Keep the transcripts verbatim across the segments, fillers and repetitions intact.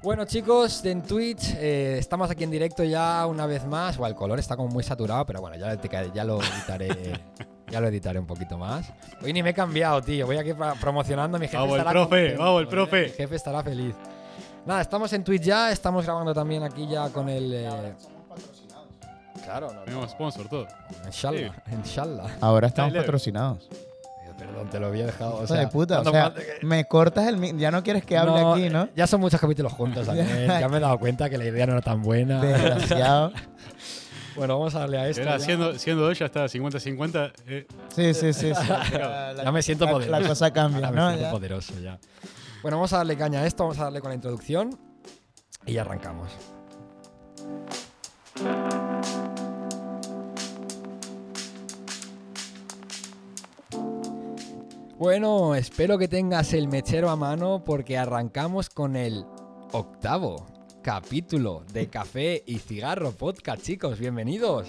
Bueno, chicos, en Twitch eh, estamos aquí en directo ya una vez más. Bueno, el color está como muy saturado, pero bueno, ya, te, ya lo editaré. Ya lo editaré un poquito más. Hoy ni me he cambiado, tío. Voy aquí promocionando. Mi jefe vamos estará el profe, contento, vamos el ¿eh? profe. Mi jefe estará feliz. Nada, estamos en Twitch ya. Estamos grabando también aquí ya con el... Eh... Claro, no, Tenemos sponsor, todo. Inshallah, Sí. inshallah. Ahora estamos Dale. patrocinados. Perdón, te lo había dejado. O Hijo sea, de puta, o cuando- sea, cuando- me cortas el... mi- Ya no quieres que hable No, aquí, ¿no? Ya son muchos capítulos juntos también. Ya me he dado cuenta que la idea no era tan buena. Desgraciado. Bueno, vamos a darle a esto. Era, ya. siendo, siendo dos ya está cincuenta cincuenta. Eh, Sí, sí, sí. sí. La, la- Ya me siento la- poderoso. La cosa cambia, Ahora me ¿no? siento Ya. poderoso ya. Bueno, vamos a darle caña a esto, vamos a darle con la introducción y ya arrancamos. Bueno, espero que tengas el mechero a mano porque arrancamos con el octavo capítulo de Café y Cigarro Podcast, chicos, bienvenidos.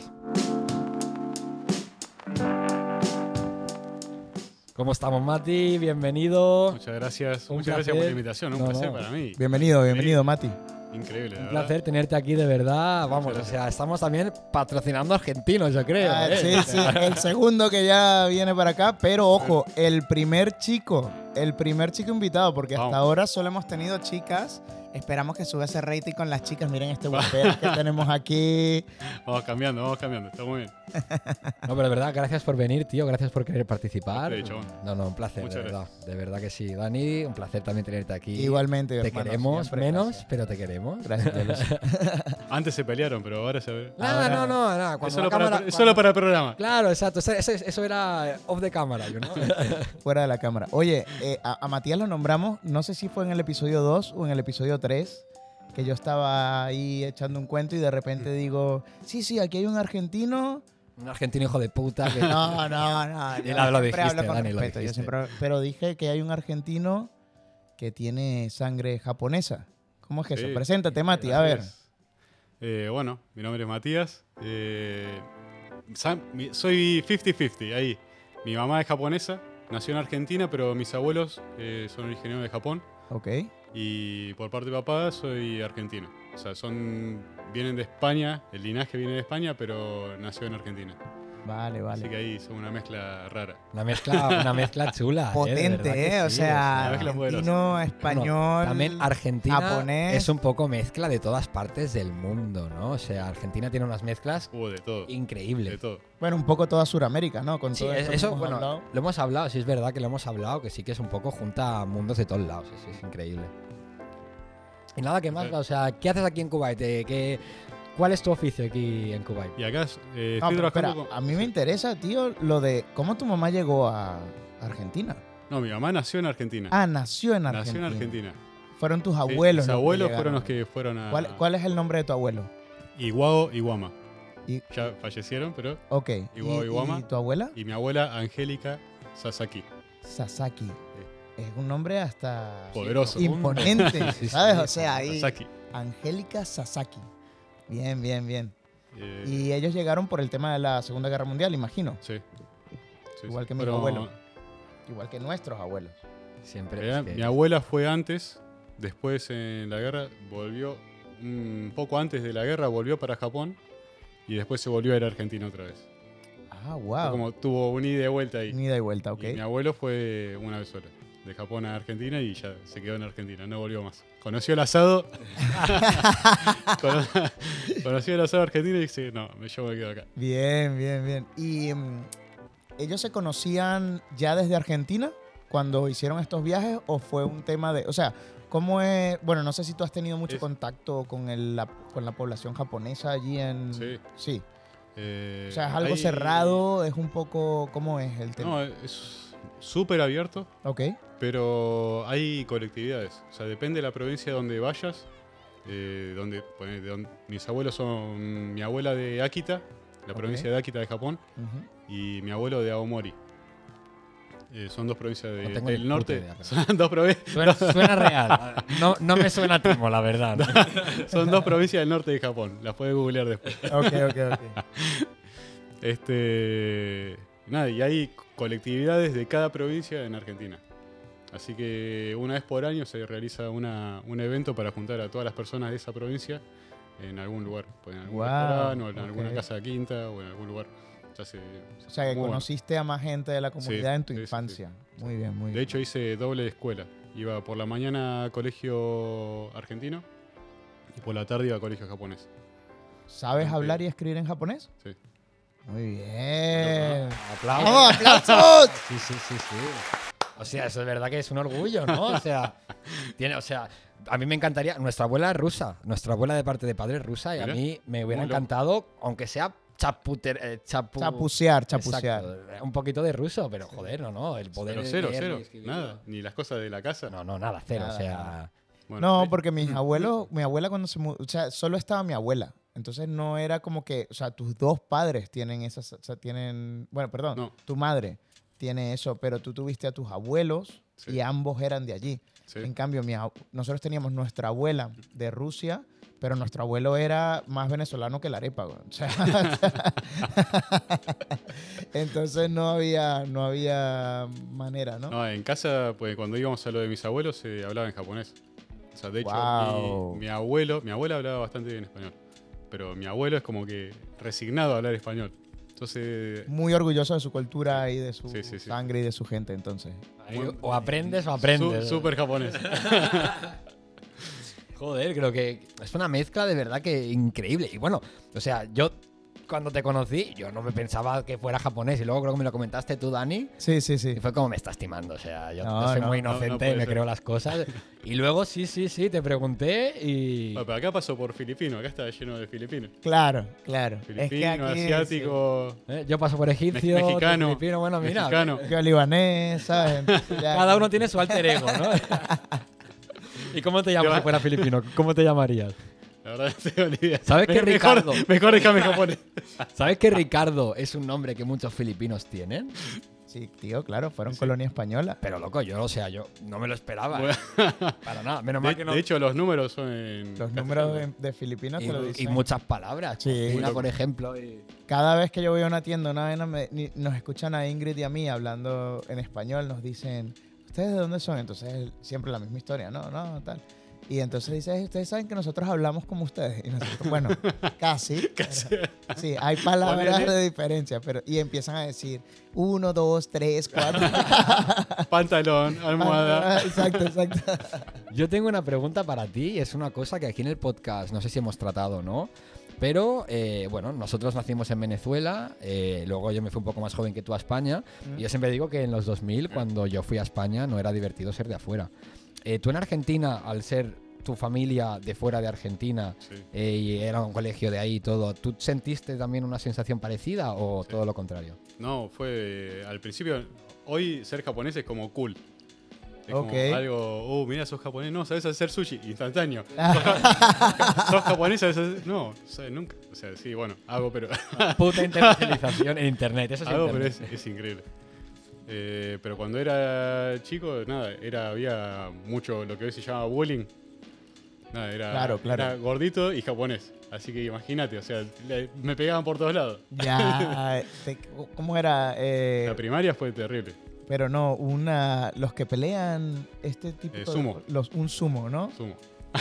¿Cómo estamos, Mati? Bienvenido. muchas gracias. Un muchas gracias por placer. la invitación. Un No, placer no. para mí. Bienvenido, bienvenido, Mati. Increíble, la Un verdad. placer tenerte aquí de verdad. Vamos, o Muchas sea, estamos también patrocinando argentinos, yo creo. Ah, ¿eh? sí, sí, el segundo que ya viene para acá, pero ojo, el primer chico, el primer chico invitado, porque hasta Vamos. ahora solo hemos tenido chicas. Esperamos que suba ese rating con las chicas. Miren este guapero que tenemos aquí. Vamos cambiando, vamos cambiando. Está muy bien. No, pero de verdad, gracias por venir, tío. Gracias por querer participar. Ok, chabón. No, no, un placer, Muchas de verdad. De verdad que sí, Dani. Un placer también tenerte aquí. Igualmente, Te hermano, queremos siempre, menos, gracias. pero te queremos. Gracias, ya lo sé. Antes se pelearon, pero ahora se ve. Nada, Ahora- no, no, nada. Es Cuando solo, la para, cámara- es solo para el programa. Claro, exacto. Eso, eso- eso era off the camera, ¿no? Fuera de la cámara. Oye, eh, a, a Matías lo nombramos, no sé si fue en el episodio dos o en el episodio tres, que yo estaba ahí echando un cuento y de repente digo, sí, sí, aquí hay un argentino. Un argentino hijo de puta. Que... No, no, no. Y yo la- lo siempre dijiste, hablo con Dani, lo respeto, yo dijiste. siempre- pero dije que hay un argentino que tiene sangre japonesa. ¿Cómo es eso? Sí. Preséntate, Mati, a Así ver. es. Eh, bueno, mi nombre es Matías. Eh, Sam- mi- soy cincuenta cincuenta, ahí. Mi mamá es japonesa, nació en Argentina, pero mis abuelos eh, son originarios de Japón. Ok. Y por parte de papá soy argentino. O sea, son vienen de España, el linaje viene de España, pero nació en Argentina. Vale, Así vale. que ahí son una mezcla rara. Una mezcla, una mezcla chula. ¿eh? De verdad Potente, que ¿eh? O sí, sea, la mezcla argentino, español, Bueno, también Argentina japonés. es un poco mezcla de todas partes del mundo, ¿no? O sea, Argentina tiene unas mezclas Hubo de todo. De increíbles. todo. Bueno, un poco toda Sudamérica, ¿no? Con Sí, todo es- esto que eso, hemos bueno, hablado. lo hemos hablado, sí es verdad que lo hemos hablado, que sí que es un poco junta mundos de todos lados, sí, sí, es increíble. Y nada, ¿qué más? O sea, ¿qué haces aquí en Kuwait? Eh, ¿qué- ¿Cuál es tu oficio aquí en Kuwait? Y acá eh, No, estoy pero trabajando espera, con- a mí me interesa, tío, lo de cómo tu mamá llegó a Argentina. No, mi mamá nació en Argentina. Ah, nació en Argentina. nació en Argentina. Fueron tus Sí, abuelos. mis los que abuelos llegaron. fueron los que fueron a ¿Cuál, cuál es el nombre de tu abuelo? Iguao y Guama. Y- Ya fallecieron, pero... Ok. Iguao ¿Y, Iwama. y tu abuela? Y mi abuela, Angélica Sasaki. Sasaki. Es un nombre hasta Poderoso. imponente, Sí, sí, ¿sabes? sí. O sea, ahí Sasaki. Angélica Sasaki. Bien, bien, bien. Eh, Y ellos llegaron por el tema de la Segunda Guerra Mundial, imagino. sí. Sí, Igual sí. que mis Pero, abuelos. Igual que nuestros abuelos. Siempre. eh, es que- Mi abuela fue antes, después en la guerra volvió, un poco antes de la guerra volvió para Japón y después se volvió a ir a Argentina otra vez. Ah, Fue wow. Como tuvo un ida y vuelta ahí. Ni ida y vuelta, ok. Y mi abuelo fue una vez sola, de Japón a Argentina y ya se quedó en Argentina, no volvió más. Conoció el asado, cono- conoció el asado argentino y dice, no, yo me quedo acá. Bien, bien, bien. ¿Y mm, ellos se conocían ya desde Argentina cuando hicieron estos viajes o fue un tema de, o sea, cómo es, bueno, no sé si tú has tenido mucho Es- contacto con, el, la, con la población japonesa allí en... Sí. Sí. Eh, O sea, es algo hay- cerrado, es un poco, ¿cómo es el tema? No, es súper abierto, Ok, pero hay colectividades. O sea, depende de la provincia donde vayas. eh, donde, ponele, de donde- mis abuelos son mi abuela de Akita, la Ok. provincia de Akita de Japón, ujú. y mi abuelo de Aomori. Eh, son dos provincias de- No tengo ni del puta norte. idea, pero- Son dos, provi- Suena, suena real. No, no me suena timo, la verdad. son dos provincias del norte de Japón. Las puedes googlear después. Ok, ok, ok. Este, nada, y hay colectividades de cada provincia en Argentina. Así que una vez por año se realiza una, un evento para juntar a todas las personas de esa provincia en algún lugar. Pues en algún Wow, restaurante o en ok. alguna casa de quinta o en algún lugar. Se hace O sea, que muy bueno. conociste a más gente de la comunidad Sí, en tu sí, sí, infancia. Muy bien, muy De bien. hecho, hice doble de escuela. Iba por la mañana a colegio argentino y por la tarde iba a colegio japonés. ¿Sabes Ok. hablar y escribir en japonés? Sí. Muy bien. Aplausos. ¡Vamos, aplausos! Sí, sí, sí, sí. O sea, eso es verdad que es un orgullo, ¿no? O sea, tiene, o sea, a mí me encantaría. Nuestra abuela es rusa. Nuestra abuela de parte de padre es rusa y Mira, a mí me hubiera muy loco. encantado, aunque sea chaputer, eh, chapu- Chapucear, chapucear. Exacto, un poquito de ruso, pero joder, no, no. El poder Pero de cero, leer y cero. escribir, Nada. Ni las cosas de la casa. No, no, nada, cero. Nada, o sea, nada. Bueno, No, eh, porque mis abuelos, mi abuela cuando se mudó, o sea, solo estaba mi abuela. Entonces no era como que, o sea, tus dos padres tienen esas, o sea, tienen, bueno, perdón, No. tu madre tiene eso, pero tú tuviste a tus abuelos Sí. y ambos eran de allí. sí. En cambio, mi ab- nosotros teníamos nuestra abuela de Rusia, pero nuestro abuelo era más venezolano que la arepa, güey. O sea, entonces no había, no había manera, ¿no? No, en casa, pues cuando íbamos a lo de mis abuelos, se hablaba en japonés. O sea, de hecho, Wow. mi, mi abuelo, mi abuela hablaba bastante bien español. Pero mi abuelo es como que resignado a hablar español. Entonces, Muy orgulloso de su cultura y de su Sí, sí, sí. sangre y de su gente, entonces. ahí o aprendes o aprendes. su- súper japonés. Joder, creo que es una mezcla de verdad que increíble. Y bueno, o sea, yo cuando te conocí, yo no me pensaba que fuera japonés. Y luego creo que me lo comentaste tú, Dani. Sí, sí, sí. Y fue como me estás timando. O sea, yo, No, yo soy no, muy no, no inocente puede y me ser. creo las cosas. Y luego sí, sí, sí, te pregunté y. Bueno, pero acá pasó por filipino, acá está lleno de filipinos. Claro, claro. Filipino, es que aquí, asiático. ¿eh? Yo paso por egipcio, Me- mexicano, tú filipino, bueno, mira. mexicano. sí. Yo libanés, ¿sabes? Entonces ya- Cada uno tiene su alter ego, ¿no? ¿Y cómo te llamas Yo- si fuera filipino? ¿Cómo te llamarías? La verdad no tengo ni idea. ¿Sabes Me- que mejor, Ricardo- Mejor déjame japonés. ¿Sabes que Ricardo es un nombre que muchos filipinos tienen? Sí, tío, claro, fueron Sí. colonia española. Pero loco, yo, o sea, yo no me lo esperaba. Bueno. Para nada. Menos De, mal que no. de hecho, los números son en. Los castellano. números de, de Filipinos y, te lo y dicen. muchas palabras. Sí. Cocina, Muy por loco. ejemplo. y- Cada vez que yo voy a una tienda, una vez me- ni- nos escuchan a Ingrid y a mí hablando en español, nos dicen, ¿ustedes de dónde son? Entonces, siempre la misma historia, no, no, tal. Y entonces dice, ustedes saben que nosotros hablamos como ustedes. Y nosotros, bueno, casi. Casi. pero- sí, hay palabras Ponele. de diferencia, pero y empiezan a decir uno, dos, tres, cuatro. Pantalón, almohada. Exacto, exacto. Yo tengo una pregunta para ti y es una cosa que aquí en el podcast no sé si hemos tratado o no. Pero eh, bueno, nosotros nacimos en Venezuela, eh, luego yo me fui un poco más joven que tú a España. Y yo siempre digo que en los dos mil, cuando yo fui a España, no era divertido ser de afuera. Eh, tú en Argentina, al ser tu familia de fuera de Argentina Sí. eh, y era un colegio de ahí y todo, ¿tú sentiste también una sensación parecida o Sí. todo lo contrario? No, fue al principio. Hoy ser japonés es como cool. Es Ok. como algo, uh, mira, sos japonés, no, sabes hacer sushi, instantáneo. Sos, ja- sos japonés, sabes hacer. No, sabes nunca. O sea, sí, bueno, hago, pero. Puta internacionalización en internet, eso es hago, pero internet. es, es increíble. Eh, pero cuando era chico, nada, era, había mucho lo que hoy se llama bullying. Nada, era, Claro, claro. era gordito y japonés. Así que imagínate, o sea, le- me pegaban por todos lados. Ya, te- ¿cómo era? Eh, La primaria fue terrible. pero no, una, los que pelean este tipo Eh, de- sumo. los, un sumo, ¿no? Sumo.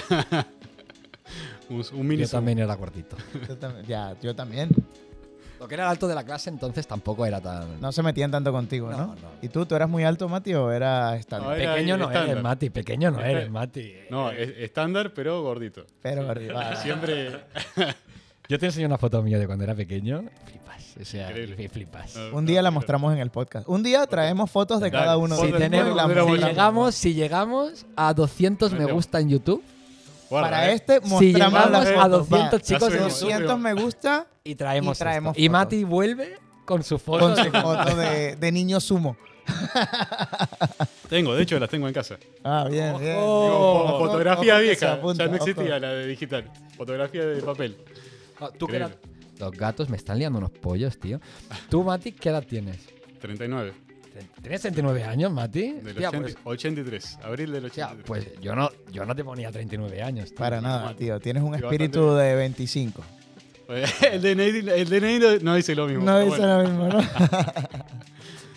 un, un mini Yo sumo. también era gordito. Yo tam- ya, yo también. Lo que era el alto de la clase entonces tampoco era tan... No se metían tanto contigo, ¿no? No, no. ¿Y tú, tú eras muy alto, Mati, o era estándar? No, era Pequeño no estándar. eres, Mati. Pequeño no Está- eres, Mati. No, es- estándar, pero gordito. Pero arriba. Siempre. Yo te enseño una foto mía de cuando era pequeño. Flipas. O sea, Increíble. y flipas. No, Un día la no, mostramos en el podcast. Un día traemos fotos de Dale, cada uno. fotos Si, de de tenemos- y la cuando éramos si mostramos. llegamos, si llegamos a doscientos me Metemos. gusta en YouTube Guarda, Para eh. este Si mostramos llegamos las a fotos. doscientos Va, chicos la en subimos. YouTube doscientos me gusta y traemos, y traemos esto. Y fotos. Mati vuelve con su foto. con de- su foto de, de niño sumo. Tengo, de hecho las tengo en casa. Ah, bien, bien. Ojo. Digo, Ojo, fo- fotografía ojo que se vieja. apunta, ya no ojo. existía la de digital. Fotografía de papel. Ah, ¿tú qué edad- Increíble. Los gatos me están liando unos pollos, tío. ¿Tú, Mati, qué edad tienes? treinta y nueve. ¿Tienes treinta y nueve años, Mati? Del Hostia, ochenta, pues, ochenta y tres. Abril del hostia, ochenta y tres. pues yo no, yo no te ponía treinta y nueve años. tío. Para nada, tío. Tienes un Sí, espíritu de veinticinco. el D N I, el D N I no- no dice lo mismo. No pero dice bueno. lo mismo, ¿no?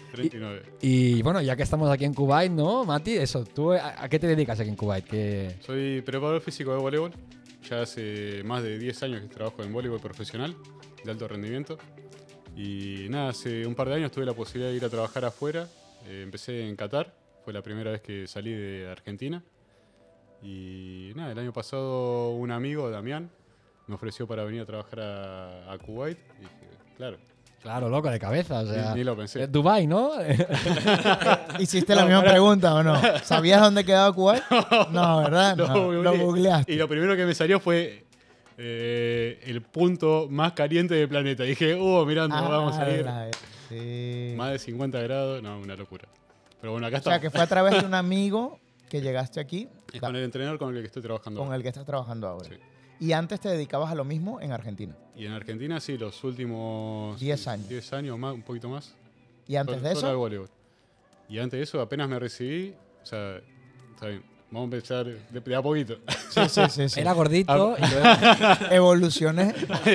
treinta y nueve. Y bueno, ya que estamos aquí en Kuwait, ¿no, Mati? Eso, ¿tú a, a qué te dedicas aquí en Kuwait? ¿Qué... Soy preparador físico de voleibol. Ya hace más de diez años que trabajo en voleibol profesional, de alto rendimiento. Y nada, hace un par de años tuve la posibilidad de ir a trabajar afuera. Eh, empecé en Qatar, fue la primera vez que salí de Argentina. Y nada, el año pasado un amigo, Damián, me ofreció para venir a trabajar a, a Kuwait. Y dije, claro. Claro, loco, de cabeza, o sea... Ni, ni lo pensé. eh, Dubái, ¿no? ¿Hiciste la No, misma pará. pregunta o no? ¿Sabías dónde quedaba Kuwait? No, ¿verdad? Lo No, googleé. lo googleaste. Y lo primero que me salió fue eh, el punto más caliente del planeta. Dije, oh, mirando, Ah, vamos a ir. la- sí. Más de cincuenta grados, no, una locura. Pero bueno, acá O sea, estamos. que fue a través de un amigo que llegaste aquí, Es con el entrenador con el que estoy trabajando. con ahora. el que estás trabajando ahora. Sí. Y antes te dedicabas a lo mismo en Argentina. Y en Argentina, sí, los últimos... Diez años. diez años más, un poquito más. Y antes Solo- de solo al eso, voleibol. Y antes de eso, apenas me recibí, o sea, está bien, vamos a empezar de, de a poquito. sí, sí, sí, sí. Era gordito Ah. y luego... Evoluciones.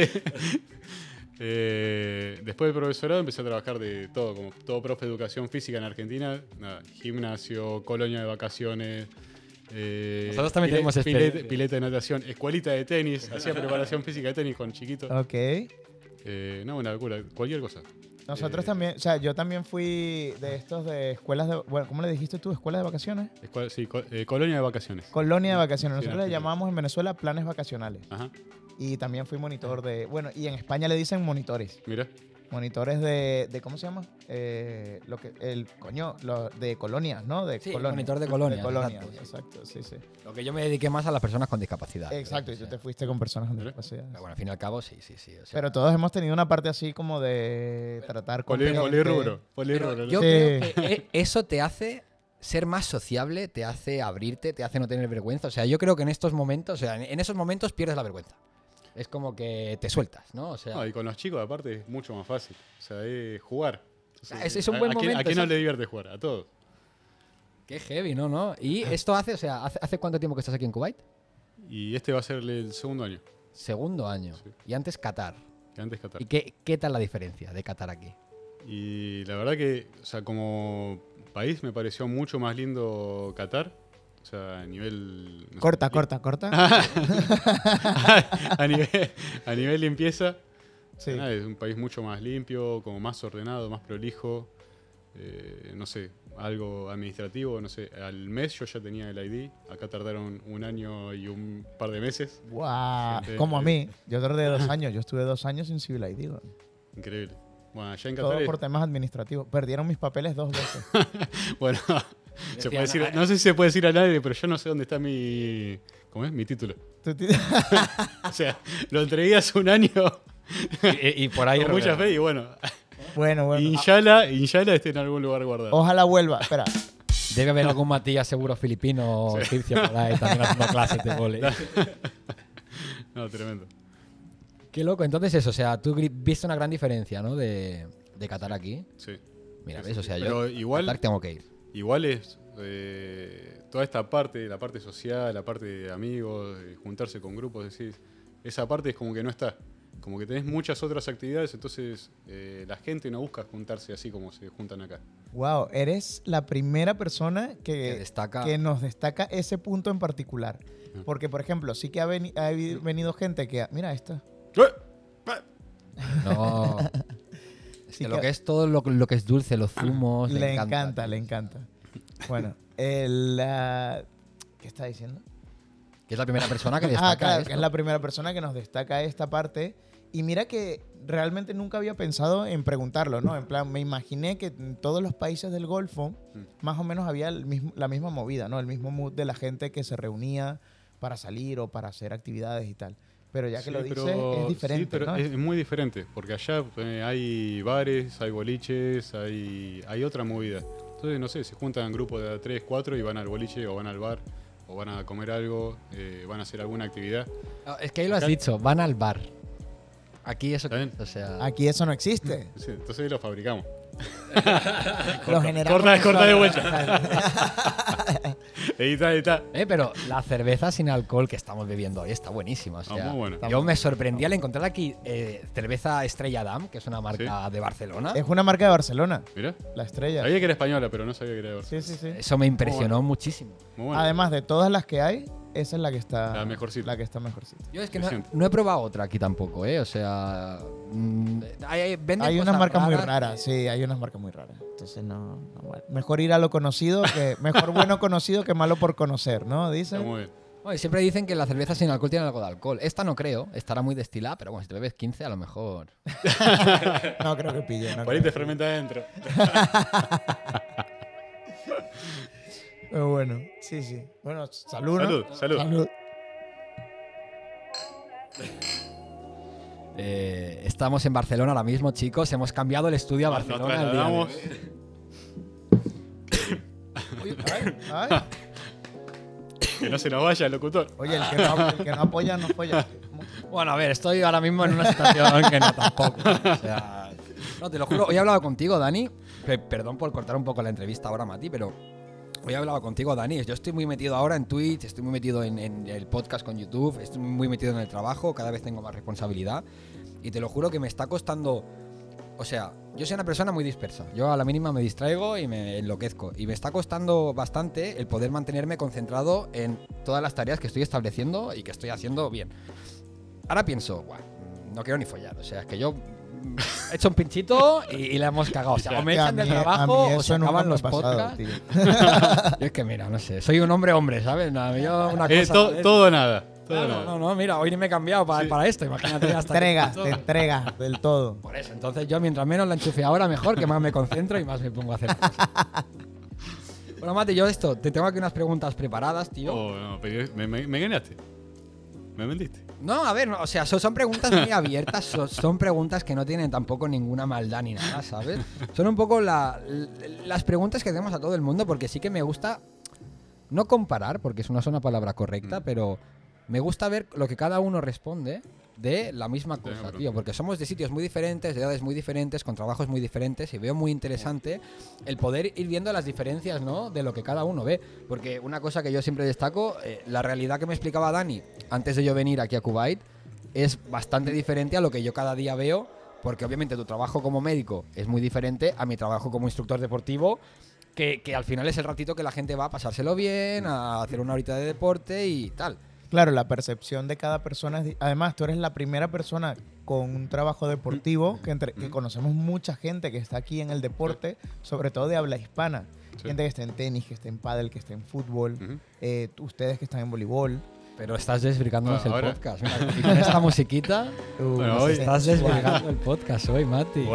Eh, después del profesorado empecé a trabajar de todo, como todo profe de educación física en Argentina, nada, gimnasio, colonia de vacaciones, eh, Nosotros también pile- tenemos pileta, experiencia. pileta de natación, escuelita de tenis, hacía preparación física de tenis con chiquitos. Ok. Eh, no, una locura, cualquier cosa. Nosotros Eh, también, o sea, yo también fui de estos de escuelas de, bueno, ¿cómo le dijiste tú? ¿Escuelas de vacaciones? escua- sí, co- eh, colonia de vacaciones. Colonia de vacaciones. Sí, Nosotros le Argentina. llamábamos en Venezuela planes vacacionales. Ajá, Y también fui monitor de, bueno, y en España le dicen monitores. mira. Monitores de, de ¿cómo se llama? Eh, lo que, el, coño, lo, de colonias, ¿no? De Sí, colonias. monitor de colonias, De colonias, exacto. exacto, sí, sí. Lo que yo me dediqué más a las personas con discapacidad. Exacto, y O tú sea, te fuiste con personas con Mira. discapacidad. Pero bueno, al fin y al cabo, sí, sí, sí. o sea, Pero todos hemos tenido una parte así como de tratar con Poli, gente- polirrubro, pero polirrubro. yo Sí. creo que e- eso te hace ser más sociable, te hace abrirte, te hace no tener vergüenza. O sea, yo creo que en estos momentos, o sea, en- en esos momentos pierdes la vergüenza. Es como que te sueltas, ¿no? O sea, No, y con los chicos aparte es mucho más fácil. O sea, es jugar. Entonces, Ah, ese es un ¿a- buen a, quién- momento, ¿A quién no eso- le divierte jugar? A todos. qué heavy, ¿no? ¿no? Y esto hace, o sea, ¿hace, hace cuánto tiempo que estás aquí en Kuwait? Y este va a ser el segundo año, Segundo año. Sí. Y antes Qatar. que antes Qatar. ¿Y qué, qué tal la diferencia de Qatar aquí? Y la verdad que, o sea, como país me pareció mucho más lindo Qatar. O sea, a nivel... no sé, Corta, li- corta, corta. a, nivel, a nivel limpieza, Sí. nada, es un país mucho más limpio, como más ordenado, más prolijo. Eh, no sé, algo administrativo, no sé. Al mes yo ya tenía el I D. Acá tardaron un año y un par de meses. Guau, Gente- como a mí. Yo tardé dos años. Yo estuve dos años sin Civil I D. weón. Increíble. Bueno, allá en Qatar Todo es- por temas administrativos. Perdieron mis papeles dos veces. Bueno, se Decían, puede decir, "Ah, no sé si se puede decir al aire, pero yo no sé dónde está mi, ¿cómo es? Mi título. Tú ti- O sea, lo entregué hace un año Y, y por ahí... con mucha fe y bueno, bueno, bueno. inshallah, inshallah esté en algún lugar guardado. Ojalá vuelva. Espera. Debe haber algún Matías seguro filipino o egipcio por ahí también haciendo clases de vóley. No, tremendo. Qué loco. Entonces eso, o sea, tú gri- viste una gran diferencia, ¿no? De, de Qatar aquí. Sí. Mira, Sí, ves, sí, o sea, sí. yo Pero igual- Qatar tengo que ir. Igual es eh, toda esta parte, la parte social, la parte de amigos, de juntarse con grupos, decís, esa parte es como que no está. Como que tenés muchas otras actividades, entonces eh, la gente no busca juntarse así como se juntan acá. Wow, eres la primera persona Que que, destaca... que nos destaca ese punto en particular. Ah. Porque, por ejemplo, sí que ha, veni- ha vi- venido gente que... Mira esto. No... Es Sí que que- lo que es todo lo, lo que es dulce, los zumos... Le encanta, encanta, tío. le encanta. Bueno, el, ah, ¿qué está diciendo? Que es la primera persona que destaca Ah, claro, esto. que es la primera persona que nos destaca esta parte. Y mira que realmente nunca había pensado en preguntarlo, ¿no? En plan, me imaginé que en todos los países del Golfo Mm. más o menos había el mismo, la misma movida, ¿no? El mismo mood de la gente que se reunía para salir o para hacer actividades y tal. Pero ya que Sí, lo dices, pero- es diferente, sí, pero ¿no? es, es muy diferente, porque allá eh, hay bares, hay boliches, hay, hay otra movida. Entonces, no sé, se juntan grupos de tres, cuatro y van al boliche o van al bar o van a comer algo, eh, van a hacer alguna actividad. No, es que ahí lo has Acá- dicho, van al bar. Aquí eso... ¿Está bien? O sea... Aquí eso no existe. Sí, entonces lo fabricamos. Lo generamos corta- corta de nosotros. Edita, edita. Eh, pero la cerveza sin alcohol que estamos bebiendo hoy está buenísima. O sea, Ah, muy bueno. yo me sorprendí al encontrar aquí eh, cerveza Estrella Damm, que es una marca de Barcelona. Es una marca de Barcelona, Mira. la estrella. Sabía que era española, pero no sabía que era de Barcelona. Sí, sí, sí. Eso me impresionó Muy muchísimo. Muy bueno. Además de todas las que hay, esa es la que está La mejorcita. La que está mejorcita. Yo es que Lo no, siento. no he probado otra aquí tampoco, ¿eh? O sea, mm, hay, hay- venden Hay cosas unas marcas muy raras. raras, sí, hay unas marcas muy raras. Entonces no, no, bueno. Mejor ir a lo conocido, que mejor bueno conocido que malo por conocer, ¿no? Está Dicen. muy bien. Oye, siempre dicen que la cerveza sin alcohol tiene algo de alcohol. Esta no creo, estará muy destilada, pero bueno, si te bebes quince a lo mejor. No creo que pille. No Por ahí creo. te fermenta adentro. Pero bueno, sí, sí. Bueno, salud, ¿no? Salud, salud. Salud. Eh, estamos en Barcelona ahora mismo, chicos. Hemos cambiado el estudio a Nos Barcelona. el día de trasladamos. hoy. Ay, ay. Que no se nos vaya el locutor. Oye, el que no, el que no apoya, no apoya. Bueno, a ver, estoy ahora mismo en una situación que no tampoco. O sea, no, te lo juro. Hoy he hablado contigo, Dani. Pe- Perdón por cortar un poco la entrevista ahora, Mati, pero hoy he hablado contigo, Dani. Yo estoy muy metido ahora en Twitch, estoy muy metido en, en el podcast con YouTube, estoy muy metido en el trabajo, cada vez tengo más responsabilidad. Y te lo juro que me está costando. O sea, yo soy una persona muy dispersa. Yo a la mínima me distraigo y me enloquezco. Y me está costando bastante el poder mantenerme concentrado en todas las tareas que estoy estableciendo y que estoy haciendo bien. Ahora pienso, "Buah, no quiero ni follar". O sea, es que yo mm, he hecho un pinchito y, y la hemos cagado. O sea, o me Que a echan del mí- a trabajo mí o se eso nunca acaban me ha los pasado, podcasts. tío. Yo es que mira, no sé. Soy un hombre hombre, ¿sabes? Nada, yo una Eh, cosa... to- todo o nada. Todo o Claro, nada. no, no, mira, hoy ni me he cambiado para, Sí. para esto. Imagínate Te hasta... entregas, que- te entregas del todo. Por eso, entonces yo mientras menos la enchufe ahora mejor, que más me concentro y más me pongo a hacer cosas. Bueno, Mati, yo esto, te tengo aquí unas preguntas preparadas, tío. Oh, no, pero me, me, me ganaste. Me vendiste. No, a ver, no, o sea, son, son preguntas muy abiertas, son, son preguntas que no tienen tampoco ninguna maldad ni nada, ¿sabes? Son un poco la- l- las preguntas que hacemos a todo el mundo, porque sí que me gusta no comparar, porque eso no es una palabra correcta, Mm. pero me gusta ver lo que cada uno responde de la misma Tenés cosa, razón. tío, porque somos de sitios muy diferentes, de edades muy diferentes, con trabajos muy diferentes, y veo muy interesante el poder ir viendo las diferencias, ¿no?, de lo que cada uno ve, porque una cosa que yo siempre destaco, eh, la realidad que me explicaba Dani antes de yo venir aquí a Kuwait es bastante diferente a lo que yo cada día veo, porque obviamente tu trabajo como médico es muy diferente a mi trabajo como instructor deportivo, que, que al final es el ratito que la gente va a pasárselo bien, a hacer una horita de deporte y tal. Claro, la percepción de cada persona es... di- Además, tú eres la primera persona con un trabajo deportivo que, entre- que conocemos mucha gente que está aquí en el deporte, sobre todo de habla hispana. Sí. Gente que está en tenis, que está en pádel, que está en fútbol. Ujú. eh, tú- ustedes que están en voleibol. Pero estás desbrigándonos Bueno, el ahora- podcast. Mira, y con esta musiquita Uh, Bueno, no hoy- sé. estás desbrigando el podcast hoy, Mati.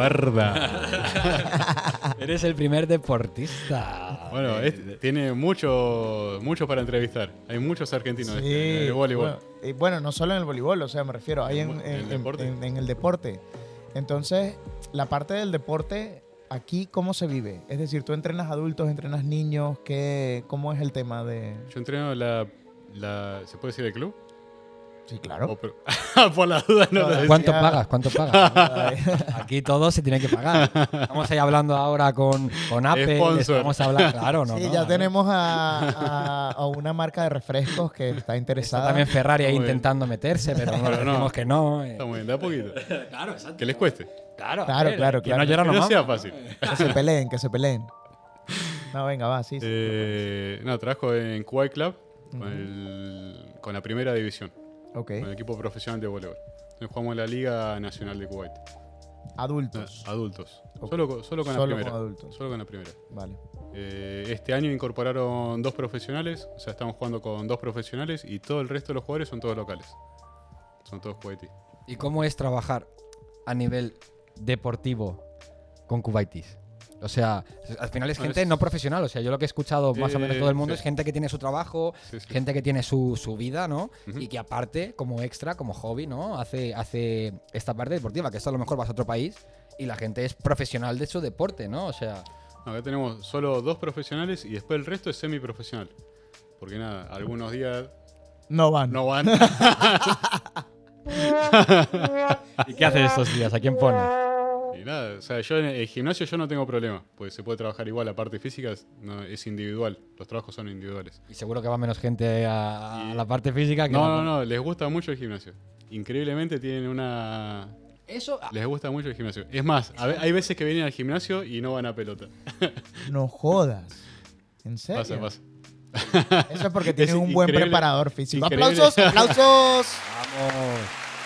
Guarda. Eres el primer deportista. Bueno, Eh, este tiene mucho, mucho para entrevistar. Hay muchos argentinos Sí, en el voleibol. Bueno, y bueno, no solo en el voleibol, o sea, me refiero, hay en, En en- el en- deporte. en- en el deporte. Entonces, la parte del deporte, aquí, ¿cómo se vive? Es decir, tú entrenas adultos, entrenas niños, ¿qué, ¿cómo es el tema de...? Yo entreno la, la. ¿Se puede decir el club? Sí, claro. O por, por la duda no lo No, decía. ¿Cuánto Ya. pagas? ¿Cuánto pagas? Aquí todo se tiene que pagar. Estamos ahí hablando ahora con, con Apple. Sponsor. Estamos hablando, claro, ¿no? Sí, no, ya a ver. tenemos a, a- a una marca de refrescos que está Está interesada. también Ferrari ahí Muy bien. intentando meterse, pero no, Pero no. decimos que no. eh. Está muy bien, de a poquito. Claro, exacto. Que les cueste. Claro, a Claro, ver, claro, que claro. no llora Que no no mama. sea fácil. Que se peleen, que se peleen. No, venga, va, sí. sí. Eh, no, trabajo en Kuwait Club con, el- con la primera división, Ok. con el equipo profesional de voleibol. Entonces jugamos en la Liga Nacional de Kuwait. Adultos. Ah, Adultos. Ok. Solo, con- solo con Solo la primera. con adultos. Solo con la primera. Vale. Eh, este año incorporaron dos profesionales, o sea, estamos jugando con dos profesionales y todo el resto de los jugadores son todos locales. Son todos kuwaitíes. ¿Y cómo es trabajar a nivel deportivo con Kuwaitis? O sea, al final es No, gente es- no profesional. O sea, yo lo que he escuchado más o menos Eh, todo el mundo sí. es gente que tiene su trabajo, Sí, sí. gente que tiene su, su vida, ¿no? Ujú. Y que aparte, como extra, como hobby, ¿no? Hace, hace esta parte deportiva, que esto a lo mejor vas a otro país y la gente es profesional de su deporte, ¿no? O sea, No, acá tenemos solo dos profesionales y después el resto es semiprofesional. Porque nada, algunos días No van. no van. ¿y qué haces estos días? ¿A quién pone? Y nada, o sea, yo en el gimnasio yo no tengo problema, porque se puede trabajar igual, la parte física es, no, es individual, los trabajos son individuales. Y seguro que va menos gente a, a Y- la parte física que No, a la no, parte- no, les gusta mucho el gimnasio. Increíblemente tienen una... Eso, Les gusta mucho el gimnasio. Es más, a ve- hay veces que vienen al gimnasio y no van a pelota. No jodas. ¿En serio? Pasa, pasa. Eso es porque tienen Es un buen increíble- preparador físico. increíble. ¡Aplausos! ¡Aplausos! vamos.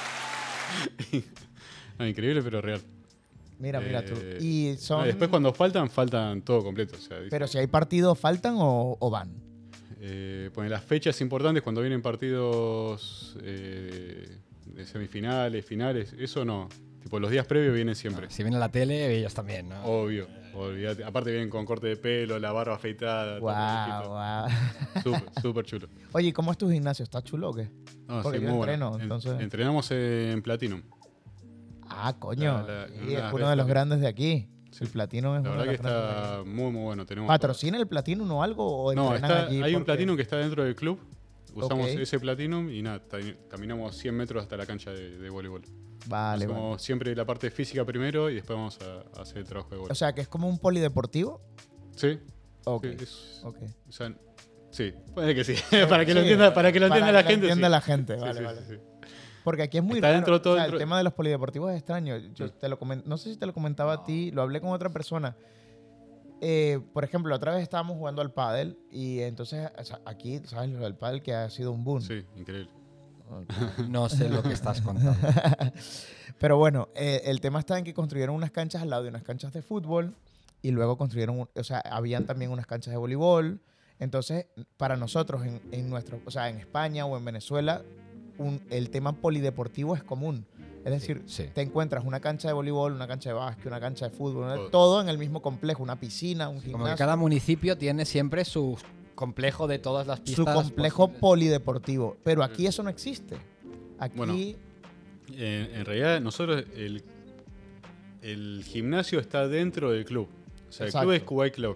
No, increíble, pero real. Mira, mira tú. Eh, Y son... No, después cuando faltan, faltan todo completo. O sea, dice- Pero si hay partidos, ¿faltan o, o van? Eh, ponen las fechas importantes cuando vienen partidos eh, de semifinales, finales, eso no. Tipo, los días previos vienen siempre. Si viene la tele, ellos también, ¿no? Obvio, olvídate. Aparte vienen con corte de pelo, la barba afeitada. todo Guau, guau. fresquito. Súper, súper chulo. Oye, ¿y cómo es tu gimnasio? ¿Está chulo o qué? No, Porque sí, yo muy entreno, bueno. En- entonces- Entrenamos en Platinum. Ah, coño. La- la- Sí, una es vez uno de los que- grandes de aquí. Sí. El Platino es La uno verdad de que los grandes de aquí. está muy, muy bueno. Tenemos ¿Patrocina el Platinum o algo? ¿O No, entrenan está, allí hay un porque- Platinum que está dentro del club. Usamos Ok. ese Platinum y nada, ta- caminamos cien metros hasta la cancha de, de voleibol. Vale, Hacemos vale. siempre la parte física primero y después vamos a, a hacer el trabajo de O voleibol. sea, que es como un polideportivo. Sí, Ok. sí, es- Ok. o sea, sí, puede que sí. para que lo Sí, entienda, para que lo entienda para la que lo gente. entienda sí. la gente, Sí, vale, sí, vale. sí, sí. Porque aquí es muy Está raro. dentro todo O sea, dentro- el tema de los polideportivos es extraño. Yo Sí. te lo comen- no sé si te lo comentaba a ti, lo hablé con otra persona. Eh, por ejemplo, la otra vez estábamos jugando al pádel y entonces o sea, aquí, ¿sabes? Lo del pádel que ha sido un boom. Sí, increíble. No sé lo que estás contando. Pero bueno, eh, el tema está en que construyeron unas canchas al lado de unas canchas de fútbol y luego construyeron, un- o sea, habían también unas canchas de voleibol. Entonces, para nosotros en, en nuestro, o sea, en España o en Venezuela, un- el tema polideportivo es común. Es decir, sí. te encuentras una cancha de voleibol, una cancha de básquet, una cancha de fútbol, una- Todo. todo en el mismo complejo, una piscina, un Como que gimnasio. cada municipio tiene siempre su complejo de todas las pistas. Su complejo posibles. polideportivo. Pero aquí eso no existe. Aquí, Bueno. En, en realidad, nosotros, el, el gimnasio está dentro del club. O sea, el club es Exacto. Kuwait Club.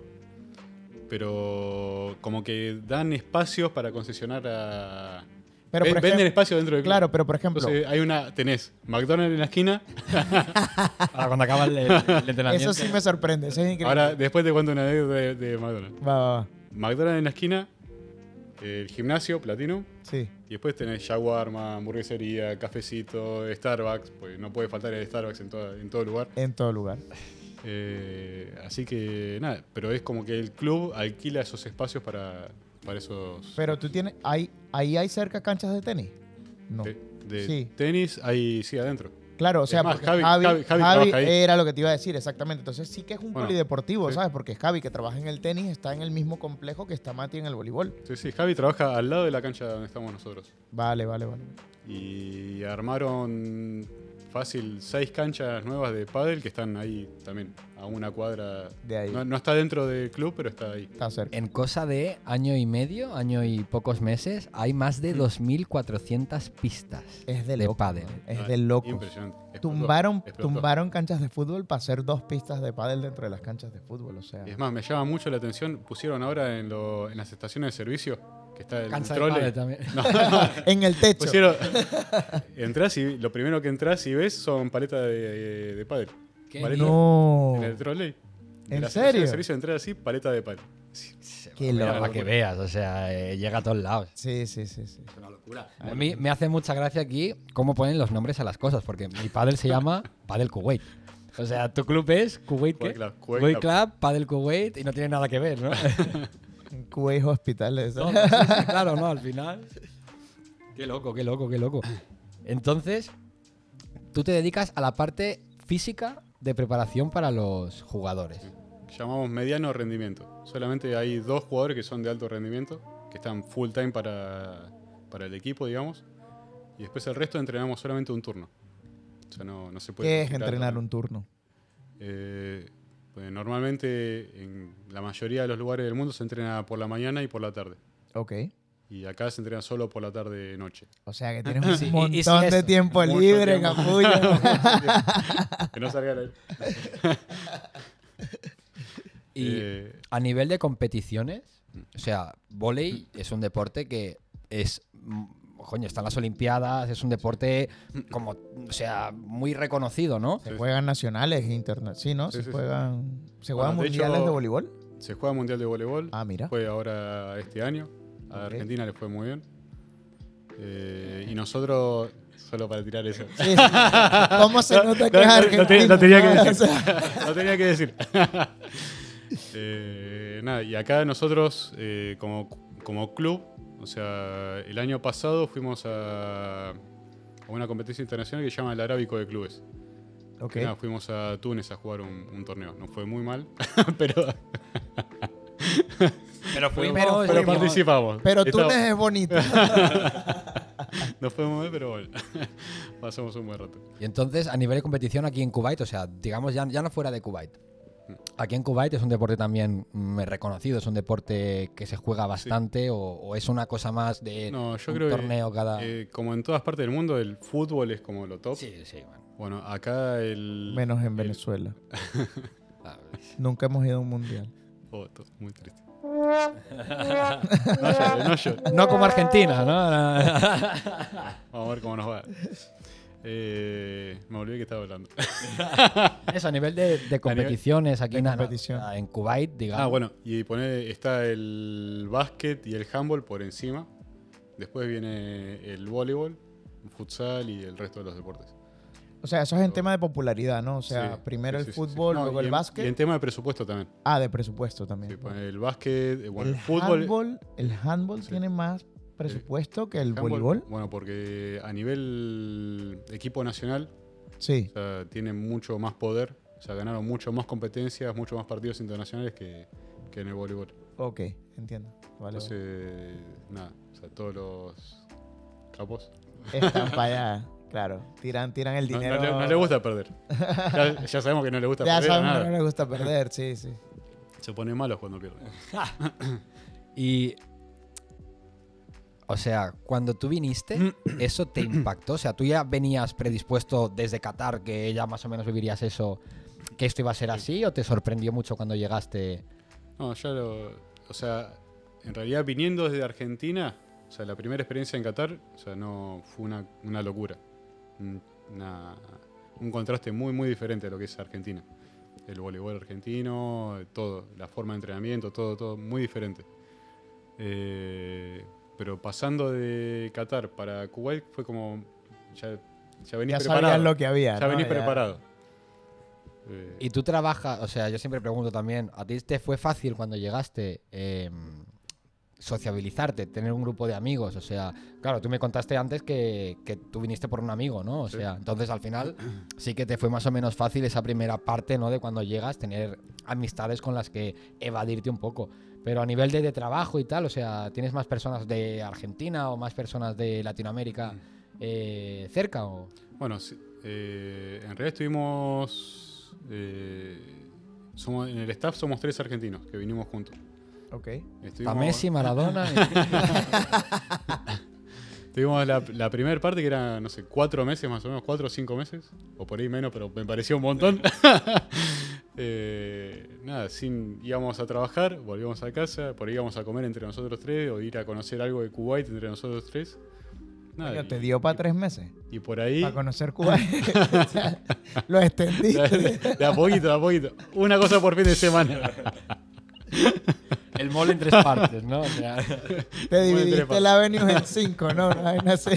Pero como que dan espacios para concesionar a... pero Ven- por venden ejemplo, espacio dentro del club. claro, pero por ejemplo, Entonces hay una, tenés McDonald's en la esquina. Ahora cuando acaba el, el- el entrenamiento. eso sí me sorprende. Eso es increíble. Ahora, después te cuento una anécdota de, de McDonald's. Va, va, va. McDonald's en la esquina, el gimnasio, Platinum. Sí. Y después tenés shawarma, hamburguesería, cafecito, Starbucks. Pues no puede faltar el Starbucks en, toda- en todo lugar. En todo lugar. Eh, así que nada, pero es como que el club alquila esos espacios para, para esos... Pero tú tienes. ¿Ahí, ahí hay cerca canchas de tenis? No. de, de Sí. tenis, ahí sí adentro. Claro, o sea, Es más, porque Javi- Javi, Javi- Javi Javi trabaja ahí. era lo que te iba a decir, exactamente. Entonces sí que es un Bueno, polideportivo, sí. ¿sabes? Porque Javi, que trabaja en el tenis, está en el mismo complejo que está Mati en el voleibol. Sí, sí, Javi trabaja al lado de la cancha donde estamos nosotros. Vale, vale, vale. Y armaron fácil seis canchas nuevas de pádel que están ahí también, a una cuadra. De ahí. No, no está dentro del club, pero está ahí. Está cerca. En cosa de año y medio, año y pocos meses, hay más de dos mil cuatrocientas pistas Es de de loco. pádel. Es Ah, de loco. Impresionante. Explotó, Tumbaron, explotó. tumbaron canchas de fútbol para hacer dos pistas de pádel dentro de las canchas de fútbol. O sea, Es más, me llama mucho la atención, pusieron ahora en, lo- en las estaciones de servicio, que está el Cancha de trolley. pádel también. No, no, en el techo. pusieron, entras y lo primero que entras y ves son paletas de, de pádel. ¿Qué? Paletas No. En el trolley. ¿En la estación serio? de servicio entras así, paleta de pádel. Qué Mira, loco. para que veas, o sea, eh, llega a todos lados. Sí, sí, sí, sí. Es una locura. A mí me hace mucha gracia aquí cómo ponen los nombres a las cosas, porque mi pádel se llama Padel Kuwait. O sea, tu club es Kuwait, ¿qué? Kuwait Club, Kuwait Kuwait Club. Club, Padel Kuwait, y no tiene nada que ver, ¿no? En Kuwait Hospitales. No, sí, sí, claro, ¿no? Al final. Qué loco, qué loco, qué loco. Entonces, tú te dedicas a la parte física de preparación para los jugadores. Llamamos mediano rendimiento. Solamente hay dos jugadores que son de alto rendimiento, que están full time para, para el equipo, digamos. Y después el resto entrenamos solamente un turno. O sea, no, no se puede. ¿Qué es practicar entrenar todo. un turno? Eh, pues normalmente en la mayoría de los lugares del mundo se entrena por la mañana y por la tarde. Ok. Y acá se entrena solo por la tarde-noche. O sea que tienes un Sí, y- montón y si de eso, tiempo mucho libre, tiempo. capullo. Que no salga la... Y Eh, a nivel de competiciones, o sea, vóley es un deporte que es mm, coño, están las Olimpiadas, es un deporte como, o sea, muy reconocido, ¿no? Se Sí, juegan nacionales e internacionales, sí, ¿no? Sí, se sí, sí. juegan, ¿se Bueno, juegan de mundiales hecho- de voleibol? Se juega Mundial de Voleibol. Ah, mira. Fue ahora este año. A Ok. Argentina le fue muy bien. Eh, y nosotros, solo para tirar eso. Sí, sí. ¿Cómo se nota que No, es no, argentino? no te- no tenía que ¿no? decir. O sea, Lo tenía que decir. Eh, nada, y acá nosotros, eh, como, como club, o sea, el año pasado fuimos a, a una competencia internacional que se llama el Arábico de Clubes. ok. Que nada, fuimos a Túnez a jugar un, un torneo. Nos fue muy mal, pero, Pero pero, fuimos, pero fuimos. participamos. Pero Estaba- Túnez es bonito. Nos fue muy mal, pero bueno, pasamos un buen rato. Y entonces, a nivel de competición aquí en Kuwait, o sea, digamos ya, ya no fuera de Kuwait. Aquí en Kuwait es un deporte también mm, reconocido, es un deporte que se juega bastante o, o es una cosa más de No, yo un creo torneo que, cada... eh, como en todas partes del mundo, el fútbol es como lo top. Sí, sí, bueno. Bueno, acá el... Menos en el- Venezuela. Ah, Nunca hemos ido a un mundial. Oh, to- muy triste. No llores, no llores. No como Argentina, ¿no? Vamos a ver cómo nos va. Eh, me olvidé que estaba hablando. Eso, a nivel de, de competiciones aquí de en, competición. en Kuwait, digamos. Ah, bueno, y pone, está el básquet y el handball por encima. Después viene el voleibol, el futsal y el resto de los deportes. O sea, eso es en tema de popularidad, ¿no? O sea, Sí, primero sí, el sí, sí, sí. fútbol, No, luego y el en- básquet. Y en tema de presupuesto también. Ah, de presupuesto también. Sí, pone el básquet, eh, bueno, el el fútbol. handball, el handball Sí. tiene más presupuesto que el handball, voleibol. Bueno, porque a nivel equipo nacional, Sí. o sea, tienen mucho más poder. O sea, ganaron mucho más competencias, mucho más partidos internacionales que, que en el voleibol. Ok, entiendo. Vale, vale. Entonces, nada, o sea, todos los capos. Están para allá. Claro, tiran, tiran el No, no dinero. le, no le gusta perder. Ya, ya sabemos que no le gusta Ya perder. a sabemos que nada. no le gusta perder, sí, sí. Se pone malos cuando pierde. Y. O sea, cuando tú viniste, ¿eso te impactó? O sea, ¿tú ya venías predispuesto desde Qatar, que ya más o menos vivirías eso, que esto iba a ser así? ¿O te sorprendió mucho cuando llegaste? No, ya lo. O sea, en realidad viniendo desde Argentina, o sea, la primera experiencia en Qatar, o sea, no fue una, una locura. Un- Una, un contraste muy, muy diferente a lo que es Argentina. El voleibol argentino, todo, la forma de entrenamiento, todo, todo muy diferente. Eh, pero pasando de Qatar para Kuwait fue como. Ya, ya venís Ya preparado. sabías lo que había. Ya ¿no? venís Ya- preparado. Eh, Y tú trabajas, o sea, yo siempre pregunto también, ¿a ti te fue fácil cuando llegaste eh, sociabilizarte, tener un grupo de amigos? O sea, claro, tú me contaste antes que, que tú viniste por un amigo, ¿no? O Sí. sea, entonces al final sí que te fue más o menos fácil esa primera parte, ¿no? De cuando llegas, tener amistades con las que evadirte un poco. Pero a nivel de, de trabajo y tal, o sea, ¿tienes más personas de Argentina o más personas de Latinoamérica eh, cerca? O... Bueno, sí, eh, en realidad estuvimos. eh, somos, en el staff somos tres argentinos que vinimos juntos. Ok. A Messi, Maradona. Tuvimos la, la primera parte que era, no sé, cuatro meses más o menos, cuatro o cinco meses, o por ahí menos, pero me pareció un montón. Eh, nada, sin, íbamos a trabajar, volvíamos a casa, por ahí íbamos a comer entre nosotros tres, o ir a conocer algo de Kuwait entre nosotros tres. Nada, Coño, y- te dio para y- tres meses. Y por ahí, Para conocer Cuba. O sea, lo de, extendiste. de a poquito, de a poquito. Una cosa por fin de semana. El mall en tres partes, ¿no? O sea, Te Muy dividiste trepado. el Avenue en cinco, ¿no? Una vaina así.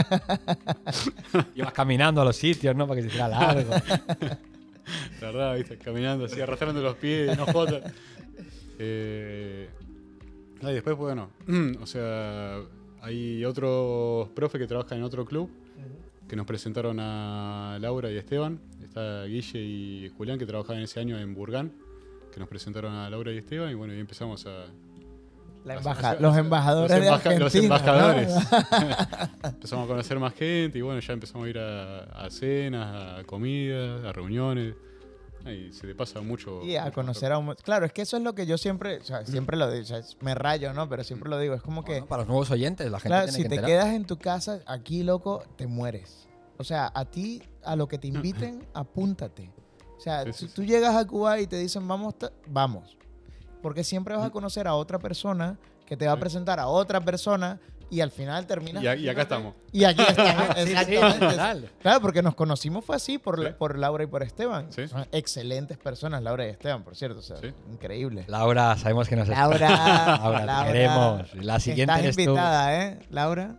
ibas caminando a los sitios, ¿no? Para que se hiciera largo. La verdad, ¿viste? Caminando así, arrastrando los pies, no jodas. Eh, ah, y después, bueno, o sea, hay otros profes que trabajan en otro club que nos presentaron a Laura y Esteban. Está Guille y Julián que trabajaban ese año en Burgán, que nos presentaron a Laura y Esteban y bueno, y empezamos a... La a- embaja- a- los a- embajadores los de embaja- Argentina. Los ¿no? embajadores. Empezamos a conocer más gente y bueno, ya empezamos a ir a, a cenas, a comidas, a reuniones. Y se le pasa mucho. Y a mucho conocer a un... Claro, es que eso es lo que yo siempre... O sea, siempre lo digo. O sea, me rayo, ¿no? Pero siempre lo digo. Es como que... Bueno, para los nuevos oyentes, la gente Claro, tiene si que te enterar. quedas en tu casa, aquí, loco, te mueres. O sea, a ti, a lo que te inviten, apúntate. O sea, Sí, si sí, tú sí. llegas a Cuba y te dicen, vamos, ta- vamos. Porque siempre vas a conocer a otra persona que te va a Sí. presentar a otra persona y al final terminas... Y, a- y acá estamos. Y aquí estamos, Sí, sí, exactamente. literal. Claro, porque nos conocimos fue así por, Sí. por Laura y por Esteban. Sí. Son excelentes personas, Laura y Esteban, por cierto. O sea, Sí. increíble. Laura, sabemos que nos está. Laura, Laura, te Laura, queremos. La siguiente estás eres tú. invitada, ¿eh, Laura?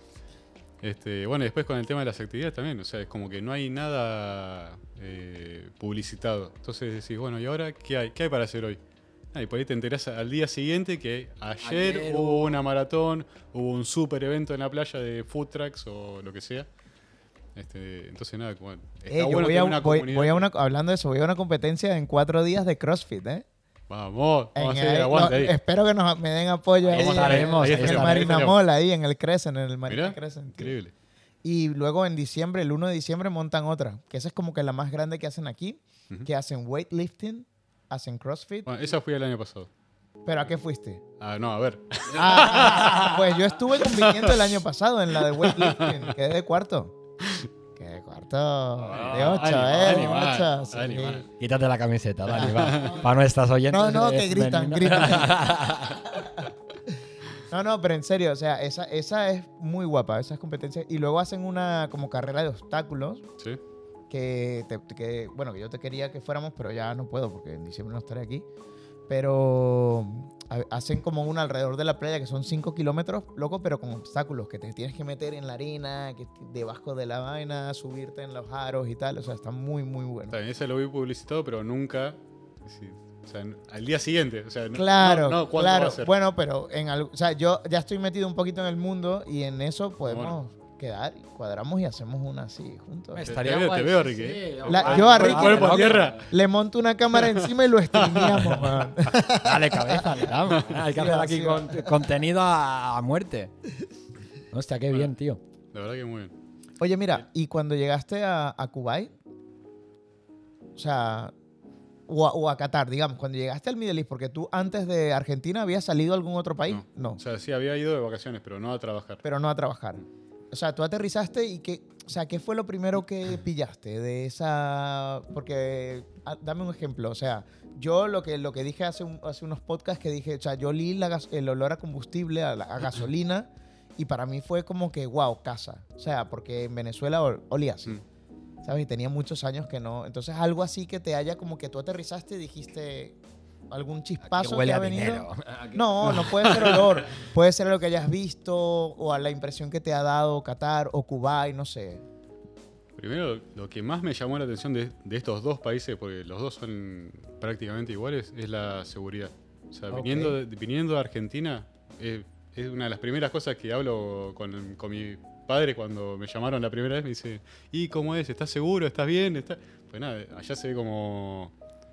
Este, bueno, y después con el tema de las actividades también, o sea, es como que no hay nada eh, publicitado. Entonces decís, bueno, ¿y ahora qué hay? ¿Qué hay para hacer hoy? Ah, y por ahí te enterás al día siguiente que ayer, Ayer hubo hubo- una maratón, hubo un super evento en la playa de food trucks o lo que sea. Este, entonces nada, como, está Eh, yo bueno voy tener a, una voy- comunidad. voy a una, hablando de eso, voy a una competencia en cuatro días de CrossFit, ¿eh? Vamos, En vamos a hacer el- el aguante no, ahí. Espero que nos, me den apoyo ahí, Ahí estaremos, ahí en el estaremos, ahí Marina estaremos. Mall, ahí en el Crescent, en el Marina Mirá, Crescent. increíble. Y luego en diciembre, el uno de diciembre, montan otra, que esa es como que la más grande que hacen aquí, Ujú. que hacen weightlifting, hacen CrossFit. Bueno, esa fui el año pasado. ¿Pero a qué fuiste? Ah, no, a ver. Ah, pues yo estuve compitiendo el año pasado en la de weightlifting, quedé de cuarto. Quedé de cuarto, de ocho, animal, ¿eh? De animal, ocho, sí. animal. Quítate la camiseta, Dani, va. Para nuestras oyentes. No, no, que eh, gritan, femeninas. gritan. No, no, pero en serio, o sea, esa, esa es muy guapa, esas competencias. Y luego hacen una como carrera de obstáculos Sí. que, te- que, bueno, que yo te quería que fuéramos, pero ya no puedo porque en diciembre no estaré aquí. Pero ha- hacen como una alrededor de la playa que son cinco kilómetros, loco, pero con obstáculos, que te tienes que meter en la arena, que debajo de la vaina, subirte en los aros y tal. O sea, está muy, muy bueno. Está bien, ese lo vi publicitado, pero nunca. sí, o sea, al día siguiente. O sea, no- Claro, no, no, ¿cuándo va claro. a ser? Bueno, pero en algo, o sea, yo ya estoy metido un poquito en el mundo y en eso podemos quedar y cuadramos y hacemos una así juntos. Te- Estaría te veo- guay, te veo, sí, Ricky. sí. La- Ay, yo a ay, Ricky- ay, Cuerpo a loco. tierra. Le monto una cámara encima y lo streameamos, man. Dale cabeza, le damos. Hay que Sí, hacer va, aquí sí, va. con- contenido a, a muerte. Hostia, qué Bueno. bien, tío. La verdad que muy bien. Oye, mira, y cuando llegaste a, a Kuwait, o sea, o a, o a Qatar, digamos, cuando llegaste al Middle East, porque tú antes de Argentina habías salido a algún otro país, no, O sea, sí había ido de vacaciones, pero no a trabajar. pero no a trabajar. O sea, tú aterrizaste y qué, o sea, ¿qué fue lo primero que pillaste de esa? Porque, ah, dame un ejemplo, o sea, yo lo que, lo que dije hace, un- hace unos podcasts que dije, o sea, yo olí la gas- el olor a combustible, a, la- a gasolina, y para mí fue como que, wow, casa. O sea, porque en Venezuela ol- olía así. Mm. ¿Sabes? Y tenía muchos años que no. Entonces, algo así que te haya como que tú aterrizaste y dijiste algún Aquí chispazo huele que ha a venido. dinero. Aquí- No, no puede ser olor. Puede ser lo que hayas visto o a la impresión que te ha dado Qatar o Kuwait, no sé. Primero, lo que más me llamó la atención de, de estos dos países, porque los dos son prácticamente iguales, es la seguridad. O sea, Ok. viniendo, de, viniendo de Argentina, eh, es una de las primeras cosas que hablo con, con mi padre cuando me llamaron la primera vez. Me dice, ¿y cómo es? ¿Estás seguro? ¿Estás bien? ¿Está-?" Pues nada, allá se ve como...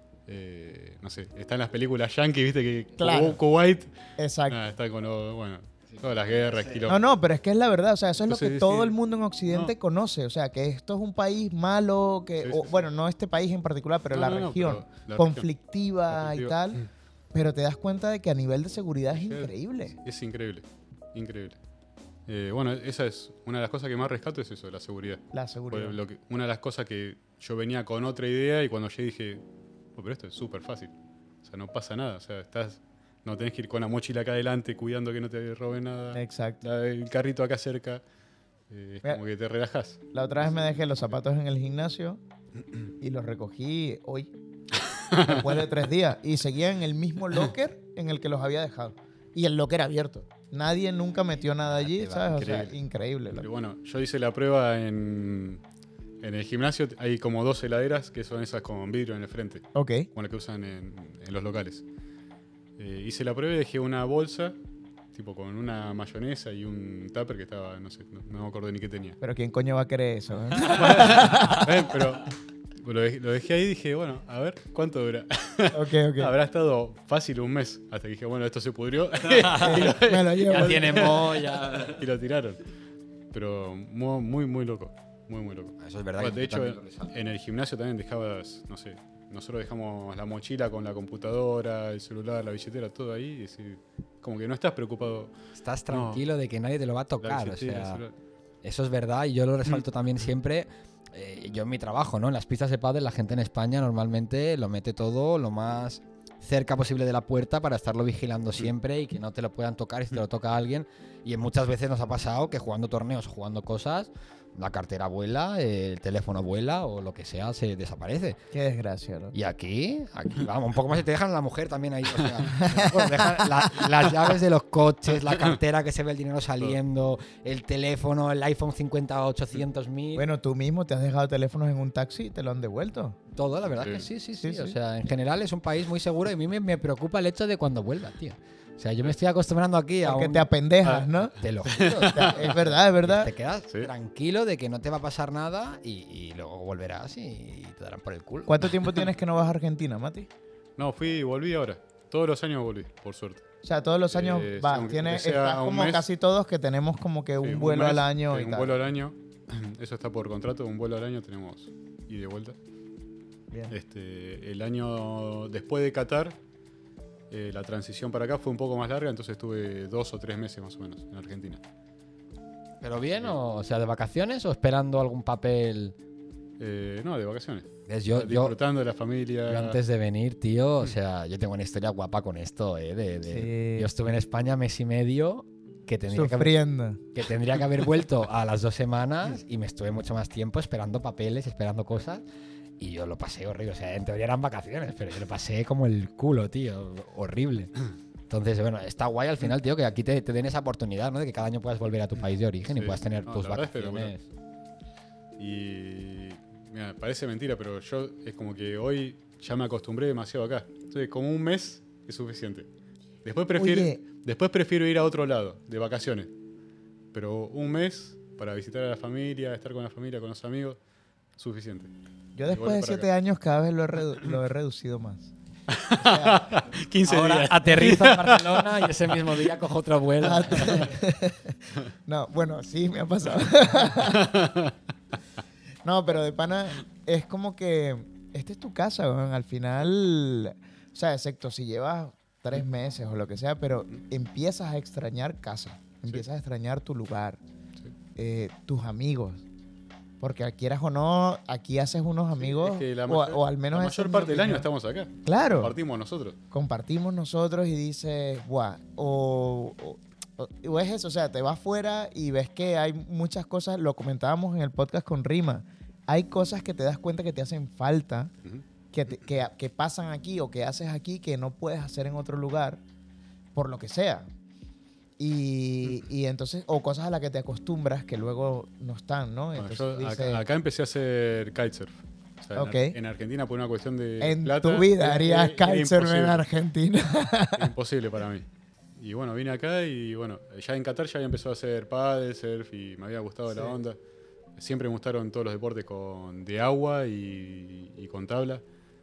eh, no sé, está en las películas yankee, viste que Claro. Ku- Kuwait Exacto. nada, está con lo- bueno, todas las guerras, No, quilombos. no, pero es que es la verdad, o sea, eso es lo Entonces, que sí, todo sí. el mundo en Occidente No. conoce, o sea, que esto es un país malo, que, Sí, o, sí, sí. bueno, no este país en particular, pero No, la no, no, región, pero la región. conflictiva y Conflictiva. tal, pero te das cuenta de que a nivel de seguridad es Sí. increíble. Es increíble, increíble. Eh, bueno, esa es una de las cosas que más rescato, es eso, la seguridad. La Fue seguridad. lo que- una de las cosas que yo venía con otra idea y cuando llegué dije, oh, pero esto es súper fácil. O sea, no pasa nada. O sea, estás, no tenés que ir con la mochila acá adelante cuidando que no te roben nada. Exacto. La- el carrito acá cerca. Eh, es Mira. como que te relajas. La otra vez me dejé los zapatos en el gimnasio y los recogí hoy, después de tres días, y seguía en el mismo locker en el que los había dejado. Y el locker abierto. Nadie nunca metió nada allí, te va, ¿sabes? O sea, increíble. increíble. Pero loco. bueno, yo hice la prueba en, en el gimnasio. Hay como dos heladeras que son esas con vidrio en el frente. Ok. Como la que usan en, en los locales. Eh, hice la prueba y dejé una bolsa, tipo con una mayonesa y un tupper que estaba, no sé, no, no me acuerdo ni qué tenía. Pero ¿quién coño va a querer eso? eh? Eh, Pero lo dejé, lo dejé ahí y dije, bueno, a ver, ¿cuánto dura? Ok, ok. Habrá estado fácil un mes, hasta que dije, bueno, esto se pudrió Me lo llevo. Ya tiene mo, ya. y lo tiraron. Pero muy, muy, muy loco, muy, muy loco. Eso es verdad. Bueno, que de hecho, también lo resalto. en el gimnasio también dejabas, no sé, nosotros dejamos la mochila con la computadora, el celular, la billetera, todo ahí. Y decir, como que no estás preocupado. Estás no. tranquilo de que nadie te lo va a La tocar. O billetera, el sea, celular. eso es verdad y yo lo resalto también siempre. eh, yo en mi trabajo, ¿no? En las pistas de pádel la gente en España normalmente lo mete todo lo más cerca posible de la puerta para estarlo vigilando siempre y que no te lo puedan tocar y si te lo toca alguien. Y muchas veces nos ha pasado que jugando torneos o jugando cosas, la cartera vuela, el teléfono vuela o lo que sea, se desaparece. Qué desgracia, ¿no? Y aquí, aquí vamos, un poco más y te dejan a la mujer también ahí. O sea, pues dejan la- las llaves de los coches, la cartera que se ve el dinero saliendo, el teléfono, el iPhone cincuenta ochocientos mil. Bueno, tú mismo te has dejado teléfonos en un taxi y te lo han devuelto. Todo, la verdad Sí. que sí, sí, sí, Sí, O sí. sea, en general es un país muy seguro y a mí me, me preocupa el hecho de cuando vuelva, tío. O sea, yo me estoy acostumbrando aquí a Porque un... te apendejas, ¿no? Te lo juro. Es verdad, es verdad. Te quedas Sí. tranquilo de que no te va a pasar nada y, y luego volverás y te darán por el culo. ¿Cuánto tiempo tienes que no vas a Argentina, Mati? No, fui y volví ahora. Todos los años volví, por suerte. O sea, todos los años Eh, vas. sí, aunque Tienes, sea estás un como mes. casi todos que tenemos como que un Sí, vuelo mes, al año sí, y un tal. vuelo al año. Eso está por contrato, un vuelo al año tenemos ida y de vuelta. Bien. Este, el año después de Qatar, eh, la transición para acá fue un poco más larga, entonces estuve dos o tres meses más o menos en Argentina. ¿Pero bien o, o sea, de vacaciones o esperando algún papel? Eh, no, de vacaciones. ¿Ves? Yo, yo, Disfrutando de la familia. yo antes de venir, tío, o sea, yo tengo una historia guapa con esto, ¿eh? De, de- Sí. Yo estuve en España mes y medio que tendría que, haber, Sufriendo. que tendría que haber vuelto a las dos semanas y me estuve mucho más tiempo esperando papeles, esperando cosas y yo lo pasé horrible. O sea, en teoría eran vacaciones, pero yo lo pasé como el culo, tío, horrible. Entonces, bueno, está guay al final, tío, que aquí te, te den esa oportunidad, ¿no? De que cada año puedas volver a tu país de origen y Sí. puedas tener No, tus la verdad es vacaciones. Y mira, parece mentira, pero yo es como que hoy ya me acostumbré demasiado acá. Entonces, como un mes es suficiente. Después prefiero, Oye. después prefiero ir a otro lado, de vacaciones. Pero un mes para visitar a la familia, estar con la familia, con los amigos, suficiente. Yo después Igual de para siete acá. años cada vez lo he, redu- lo he reducido más. quince Ahora días. aterrizo en Barcelona y ese mismo día cojo otro vuelo. No, bueno, sí, me ha pasado. No, pero de pana es como que esta es tu casa, weón. Al final, o sea, excepto si llevas tres meses o lo que sea, pero empiezas a extrañar casa, empiezas a extrañar tu lugar, Sí. eh, tus amigos. Porque quieras o no, aquí haces unos amigos, Es que la o, mayor, o al menos la esa es mayor mi parte del año opinión. estamos acá. Claro. Compartimos nosotros. Compartimos nosotros y dices, guau, o, o, o- o es eso, o sea, te vas fuera y ves que hay muchas cosas, lo comentábamos en el podcast con Rima, hay cosas que te das cuenta que te hacen falta, Ujú. que, te- que, que pasan aquí o que haces aquí que no puedes hacer en otro lugar, por lo que sea. Y, y entonces, o cosas a las que te acostumbras que luego no están, ¿no? Bueno, Entonces yo dices, acá, acá empecé a hacer kitesurf. O sea, en Ar- Ok. en, Argentina, por una cuestión de en plata, tu vida era- harías era- era kitesurf en imposible. Argentina. Imposible para mí. Y bueno, vine acá y bueno, ya en Qatar ya había empezado a hacer paddle, surf y me había gustado Sí. la onda. Siempre me gustaron todos los deportes con, de agua y, y con tabla.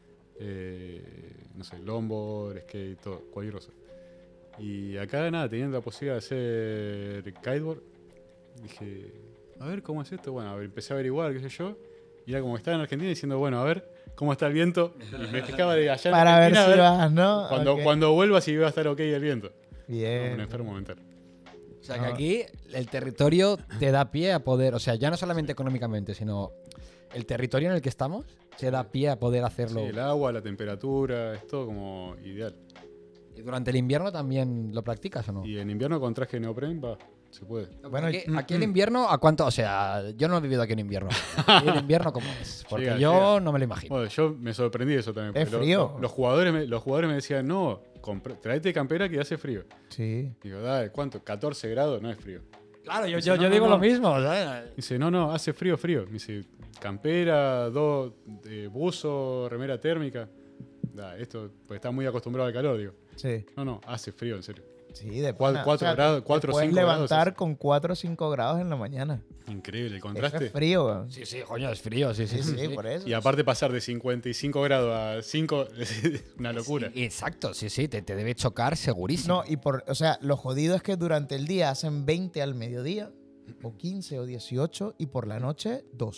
Eh, no sé, longboard, skate, todo, cualquier cosa. Y acá nada, teniendo la posibilidad de hacer kiteboard, dije, a ver cómo es esto. Bueno, a ver, empecé a averiguar, qué sé yo. Y era como que estaba en Argentina diciendo, bueno, a ver cómo está el viento. Y me fijaba de allá en Para ver Argentina, si a ver vas, ¿no? cuando, Ok. cuando vuelva si va a estar ok el viento. No, Bien. un enfermo mental. O sea, que No. aquí el territorio te da pie a poder, o sea, ya no solamente económicamente, sino el territorio en el que estamos te da pie a poder hacerlo. Sí, el agua, la temperatura, es todo como ideal. ¿Y durante el invierno también lo practicas o no? Y en invierno con traje de neopren, va, se puede. Bueno, aquí, aquí el invierno, ¿a cuánto? O sea, yo no he vivido aquí en invierno. ¿Y el invierno cómo es? Porque Llega, yo llega. no me lo imagino. Bueno, yo me sorprendí de eso también. Es porque lo- frío. lo- los, jugadores me, los jugadores me decían, no, compra- traete campera que hace frío. Sí. Digo, dale, ¿cuánto? catorce grados, no es frío. Claro, yo, Dice, yo, no, yo no, digo no. lo mismo. ¿sabes? Dice, no, no, hace frío, frío. Me dice, campera, dos, eh, buzo, remera térmica. Da, esto, pues está muy acostumbrado al calor, digo. Sí. No, no, hace frío, en serio. Sí, de Cuatro- pana. cuatro grados, cuatro o puedes cinco grados levantar hace. con cuatro o cinco grados en la mañana. Increíble el Eso contraste. es frío, weón. Sí, sí, coño, es frío, sí, sí. Sí, sí, sí, sí. por eso. Y aparte pasar de cincuenta y cinco grados a cinco es una locura. Sí, exacto, sí, sí, te, te debe chocar segurísimo. No, y por, o sea, lo jodido es que durante el día hacen veinte al mediodía, o quince o dieciocho, y por la noche dos.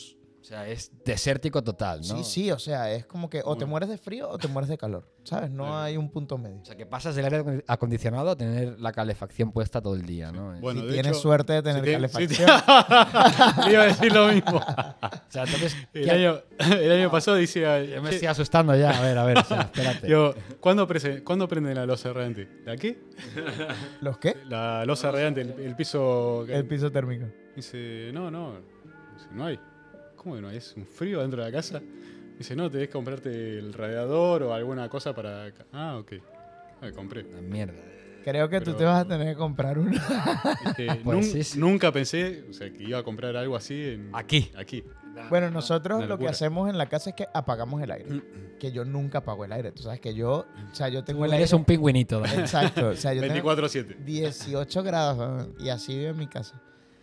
O sea, es desértico total, ¿no? Sí, sí, o sea, es como que o te Bueno. mueres de frío o te mueres de calor, ¿sabes? No Claro. hay un punto medio. O sea, que pasas del aire acondicionado a tener la calefacción puesta todo el día, ¿no? Bueno, si de tienes hecho, suerte de tener si te- calefacción. si te- Iba a decir lo mismo. O sea, entonces, El ¿qué- año, el año pasado decía... Yo me "Che, estoy asustando ya. A ver, a ver, o sea, espérate. digo, ¿cuándo, prese- ¿cuándo prenden la losa radiante? ¿La qué? ¿Los qué? La losa radiante, el, el piso... El piso térmico. Dice, no, no. Dice, no hay. ¿Cómo que no hay? ¿Es un frío dentro de la casa? Dice, no, tenés que comprarte el radiador o alguna cosa para... Ah, ok. Ah, compré. Una mierda. Creo que tú Pero- te vas a tener que comprar uno. Este, Pues nun- sí, sí. Nunca pensé, o sea, que iba a comprar algo así en, Aquí. aquí. Bueno, nosotros Una lo que locura. hacemos en la casa es que apagamos el aire. Que yo nunca apago el aire. Tú sabes que yo, o sea, yo tengo Tú el aire. eres un pingüinito. ¿no? Exacto. O sea, yo tengo veinticuatro siete. dieciocho grados ¿no? Y así vive en mi casa.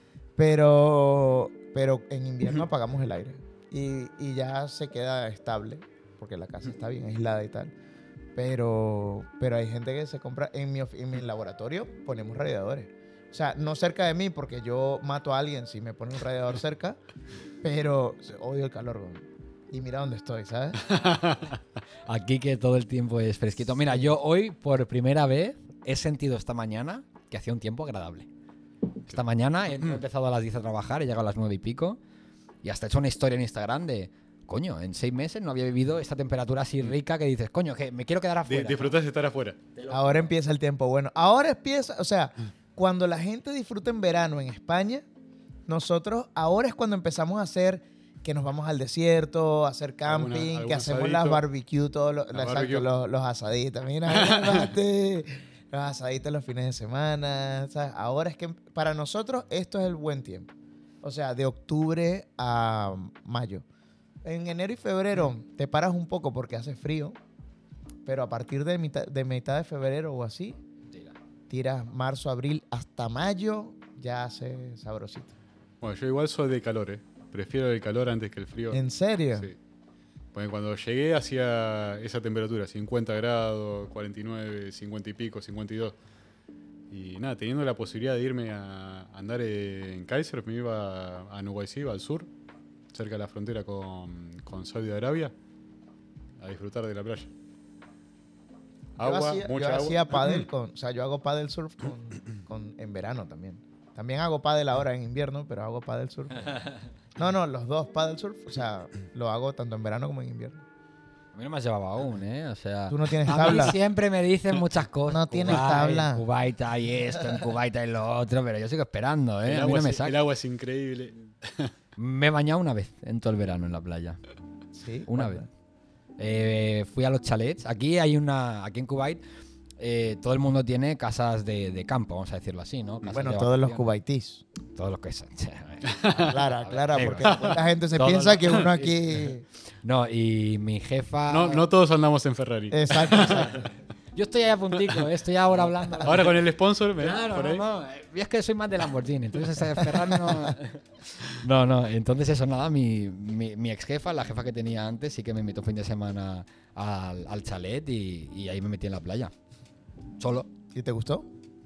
Pero, pero en invierno apagamos el aire. Y, y ya se queda estable. Porque la casa está bien aislada y tal. Pero, pero hay gente que se compra. En mi, of- en mi laboratorio ponemos radiadores. O sea, no cerca de mí porque yo mato a alguien si me pone un radiador cerca. Pero odio el calor, güey. Y mira dónde estoy, ¿sabes? Aquí que todo el tiempo es fresquito. Mira, yo hoy por primera vez he sentido esta mañana que hacía un tiempo agradable. Esta mañana he empezado a las diez a trabajar, he llegado a las nueve y pico y hasta he hecho una historia en Instagram de, coño, en seis meses no había vivido esta temperatura así rica que dices, coño, que me quiero quedar Di- afuera. disfrutás de estar afuera. Ahora empieza el tiempo bueno. Ahora empieza, o sea, cuando la gente disfruta en verano en España, nosotros ahora es cuando empezamos a hacer que nos vamos al desierto, a hacer camping, Alguna- que algún hacemos asadito. las barbecue, todos los, La exacto, barbecue. los, los asaditos. Mira, cálmate. Los asaditos los fines de semana. ¿Sabes? Ahora es que para nosotros esto es el buen tiempo. O sea, de octubre a mayo. En enero y febrero te paras un poco porque hace frío, pero a partir de mitad de, mitad de febrero o así, tiras marzo, abril hasta mayo, ya hace sabrosito. Bueno, yo igual soy de calor, ¿eh? Prefiero el calor antes que el frío. ¿En serio? Sí. Porque cuando llegué hacía esa temperatura, cincuenta grados, cuarenta y nueve, cincuenta y pico, cincuenta y dos. Y nada, teniendo la posibilidad de irme a andar en Kaiser, me iba a Nuwaisiba, al sur, cerca de la frontera con, con Saudi Arabia, a disfrutar de la playa. Agua, yo hacía, mucha yo agua. hacía paddle con, o sea, yo hago paddle surf con, con- en verano también. También hago paddle ahora en invierno, pero hago paddle surf. No, no, los dos paddle surf, o sea, lo hago tanto en verano como en invierno. A mí no me has llevado aún, ¿eh? O sea, Tú no tienes a mí tabla. siempre me dicen muchas cosas. No tienes Kuwait, tabla. En Kuwait hay esto, en Kuwait hay lo otro, pero yo sigo esperando, ¿eh? El A mí agua, no me es, el saca. agua es increíble. Me he bañado una vez en todo el verano en la playa. Sí, Una ¿cuándo? vez. Eh, fui a los chalets. Aquí hay una. Aquí en Kuwait, eh, todo el mundo tiene casas de, de campo, vamos a decirlo así, ¿no? Casas Bueno, de todos los vacaciones. kuwaitíes. Todos los que son. Aclara, aclara, Digo, porque después la gente se todos piensa los- que uno aquí... No, y mi jefa. No, no todos andamos en Ferrari. Exacto, exacto. Yo estoy ahí a puntico, eh, estoy ahora hablando. Ahora con el sponsor, ¿ves? Claro, Por no, ahí. no. eh, Es que soy más de Lamborghini, entonces ese Ferrari no. No, no. Entonces, eso nada. Mi, mi, mi ex jefa, la jefa que tenía antes, sí que me invitó un fin de semana al, al chalet y, y ahí me metí en la playa. Solo. ¿Y te gustó?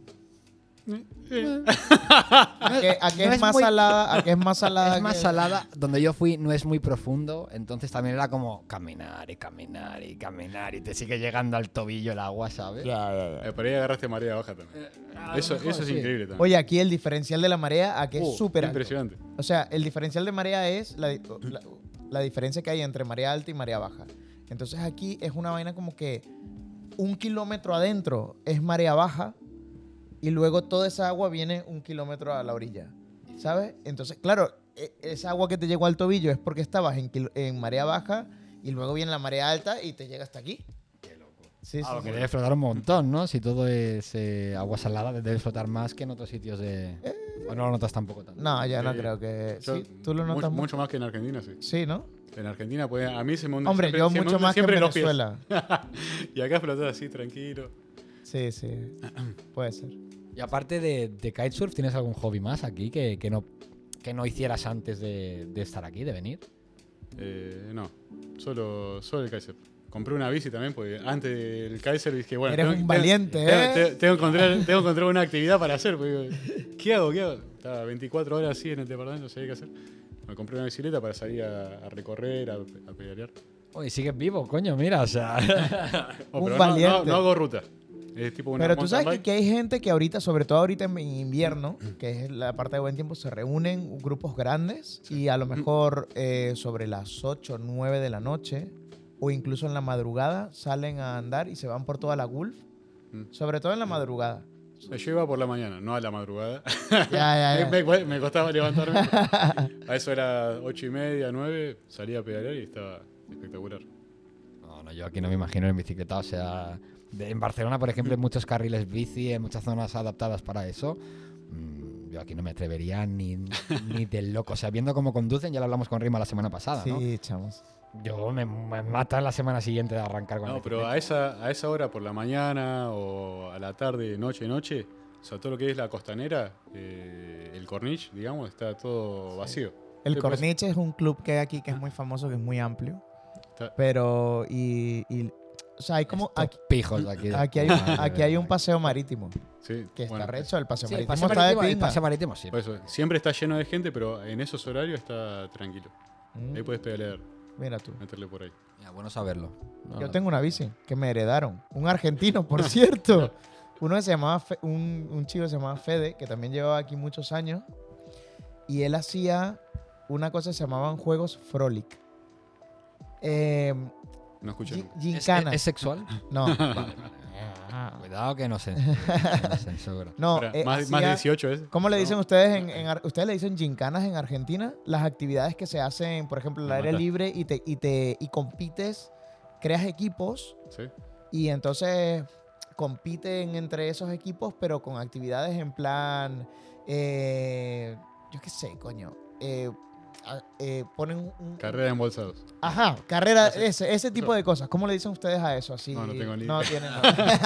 Eh, ¿A qué, a qué no es, es más muy- salada? ¿A qué es más salada? Es más que- salada. Donde yo fui no es muy profundo, entonces también era como caminar y caminar y caminar y te sigue llegando al tobillo el agua, ¿sabes? Ya, ya, ya. Eh, por ahí agarraste marea baja también. A lo Eso, mejor eso es sí. increíble también. Oye, aquí el diferencial de la marea, aquí Uh, es súper alto. impresionante. O sea, el diferencial de marea es la, la- la diferencia que hay entre marea alta y marea baja. Entonces aquí es una vaina como que un kilómetro adentro es marea baja y luego toda esa agua viene un kilómetro a la orilla, ¿sabes? Entonces, claro, e- esa agua que te llegó al tobillo es porque estabas en, kil- en marea baja y luego viene la marea alta y te llega hasta aquí. Qué loco. Sí, sí, Ah, lo sí. que debe flotar un montón, ¿no? Si todo es eh, agua salada, debe flotar más que en otros sitios de... ¿O no lo notas tampoco tanto? No, ya no Sí. creo que... Yo- Sí, tú lo mucho, notas mucho. mucho más que en Argentina, sí. Sí, ¿no? En Argentina, pues, a mí se me hunde Hombre, siempre- yo se me mucho hunde más que en siempre los pies. Venezuela. Y acá flotás así, tranquilo. Sí, sí. Puede ser. Y aparte de, de kitesurf, ¿tienes algún hobby más aquí que, que, no, que no hicieras antes de, de estar aquí, de venir? Eh, no, solo, solo el Kaiser. Compré una bici también, porque antes del Kaiser dije, bueno... Eres tengo- un tengo- valiente, tengo, ¿eh? tengo- tengo que encontrar, tengo que encontrar una actividad para hacer. Porque, digo, ¿qué hago? ¿Qué hago? Estaba veinticuatro horas así en el departamento, no sabía qué hacer. Me compré una bicicleta para salir a, a recorrer, a, a pedalear. Uy, sigues vivo, coño, mira, o sea. Oh, Un pero no, valiente. no, no hago ruta. Es tipo una Pero tú sabes mountain que, bike. que hay gente que ahorita, sobre todo ahorita en invierno, que es la parte de buen tiempo, se reúnen grupos grandes y a lo mejor eh, sobre las ocho o nueve de la noche o incluso en la madrugada salen a andar y se van por toda la Gulf, Mm. sobre todo en la madrugada. Yo iba por la mañana, no a la madrugada. Ya, ya, ya. me, me- me costaba levantarme. A eso era ocho y media, nueve, salía a pedalear y estaba espectacular. No, no, yo aquí no me imagino en bicicleta, o sea. de- en Barcelona, por ejemplo, hay muchos carriles bici, en muchas zonas adaptadas para eso. Mm, yo aquí no me atrevería ni, ni del loco. O sea, viendo cómo conducen, ya lo hablamos con Rima la semana pasada, ¿no? Sí, chamos. Yo me, me mata la semana siguiente de arrancar con la No, pero bicicleta. a esa, a esa hora por la mañana o a la tarde, noche, noche, o sea, todo lo que es la costanera, eh, el Corniche, digamos, está todo vacío. El Sí, pues, Corniche es un club que hay aquí que es muy famoso, que es muy amplio. está- Pero, y, y- o sea, hay como, Estos aquí, pijos de aquí. de- aquí, hay un, Madre aquí hay un mía. paseo marítimo, sí, que está bueno, recho, el paseo Sí, marítimo paseo está marítimo, de el pinga. paseo marítimo sí. por eso, siempre está lleno de gente, pero en esos horarios está tranquilo. Mm, Ahí puedes pedalear, Mira tú. meterle por ahí. Ya, bueno saberlo. No, Yo no. tengo una bici que me heredaron. Un argentino, por cierto. Uno que se llamaba Fe- un, un chico que se llamaba Fede, que también llevaba aquí muchos años. Y él hacía una cosa que se llamaban juegos Frolic. Eh, No escuché. gi- nunca. ¿Es, gincana. es sexual? No, Vale, vale. Cuidado que no censura. que no censura. no. Espera, eh, más, más de hacía- dieciocho es. ¿Cómo le ¿no? dicen ustedes en, en Ar- ustedes le dicen gincanas en Argentina? Las actividades que se hacen, por ejemplo, al Me aire mataste. libre y te, y te y compites, creas equipos Sí. y entonces compiten entre esos equipos, pero con actividades en plan, eh, yo qué sé, coño, eh, a- eh, ponen un, un- Carrera de embolsados. ajá, carrera, Ese- ese, ese tipo de cosas. ¿Cómo le dicen ustedes a eso? Así, No, no tengo ni no idea. tienen. no.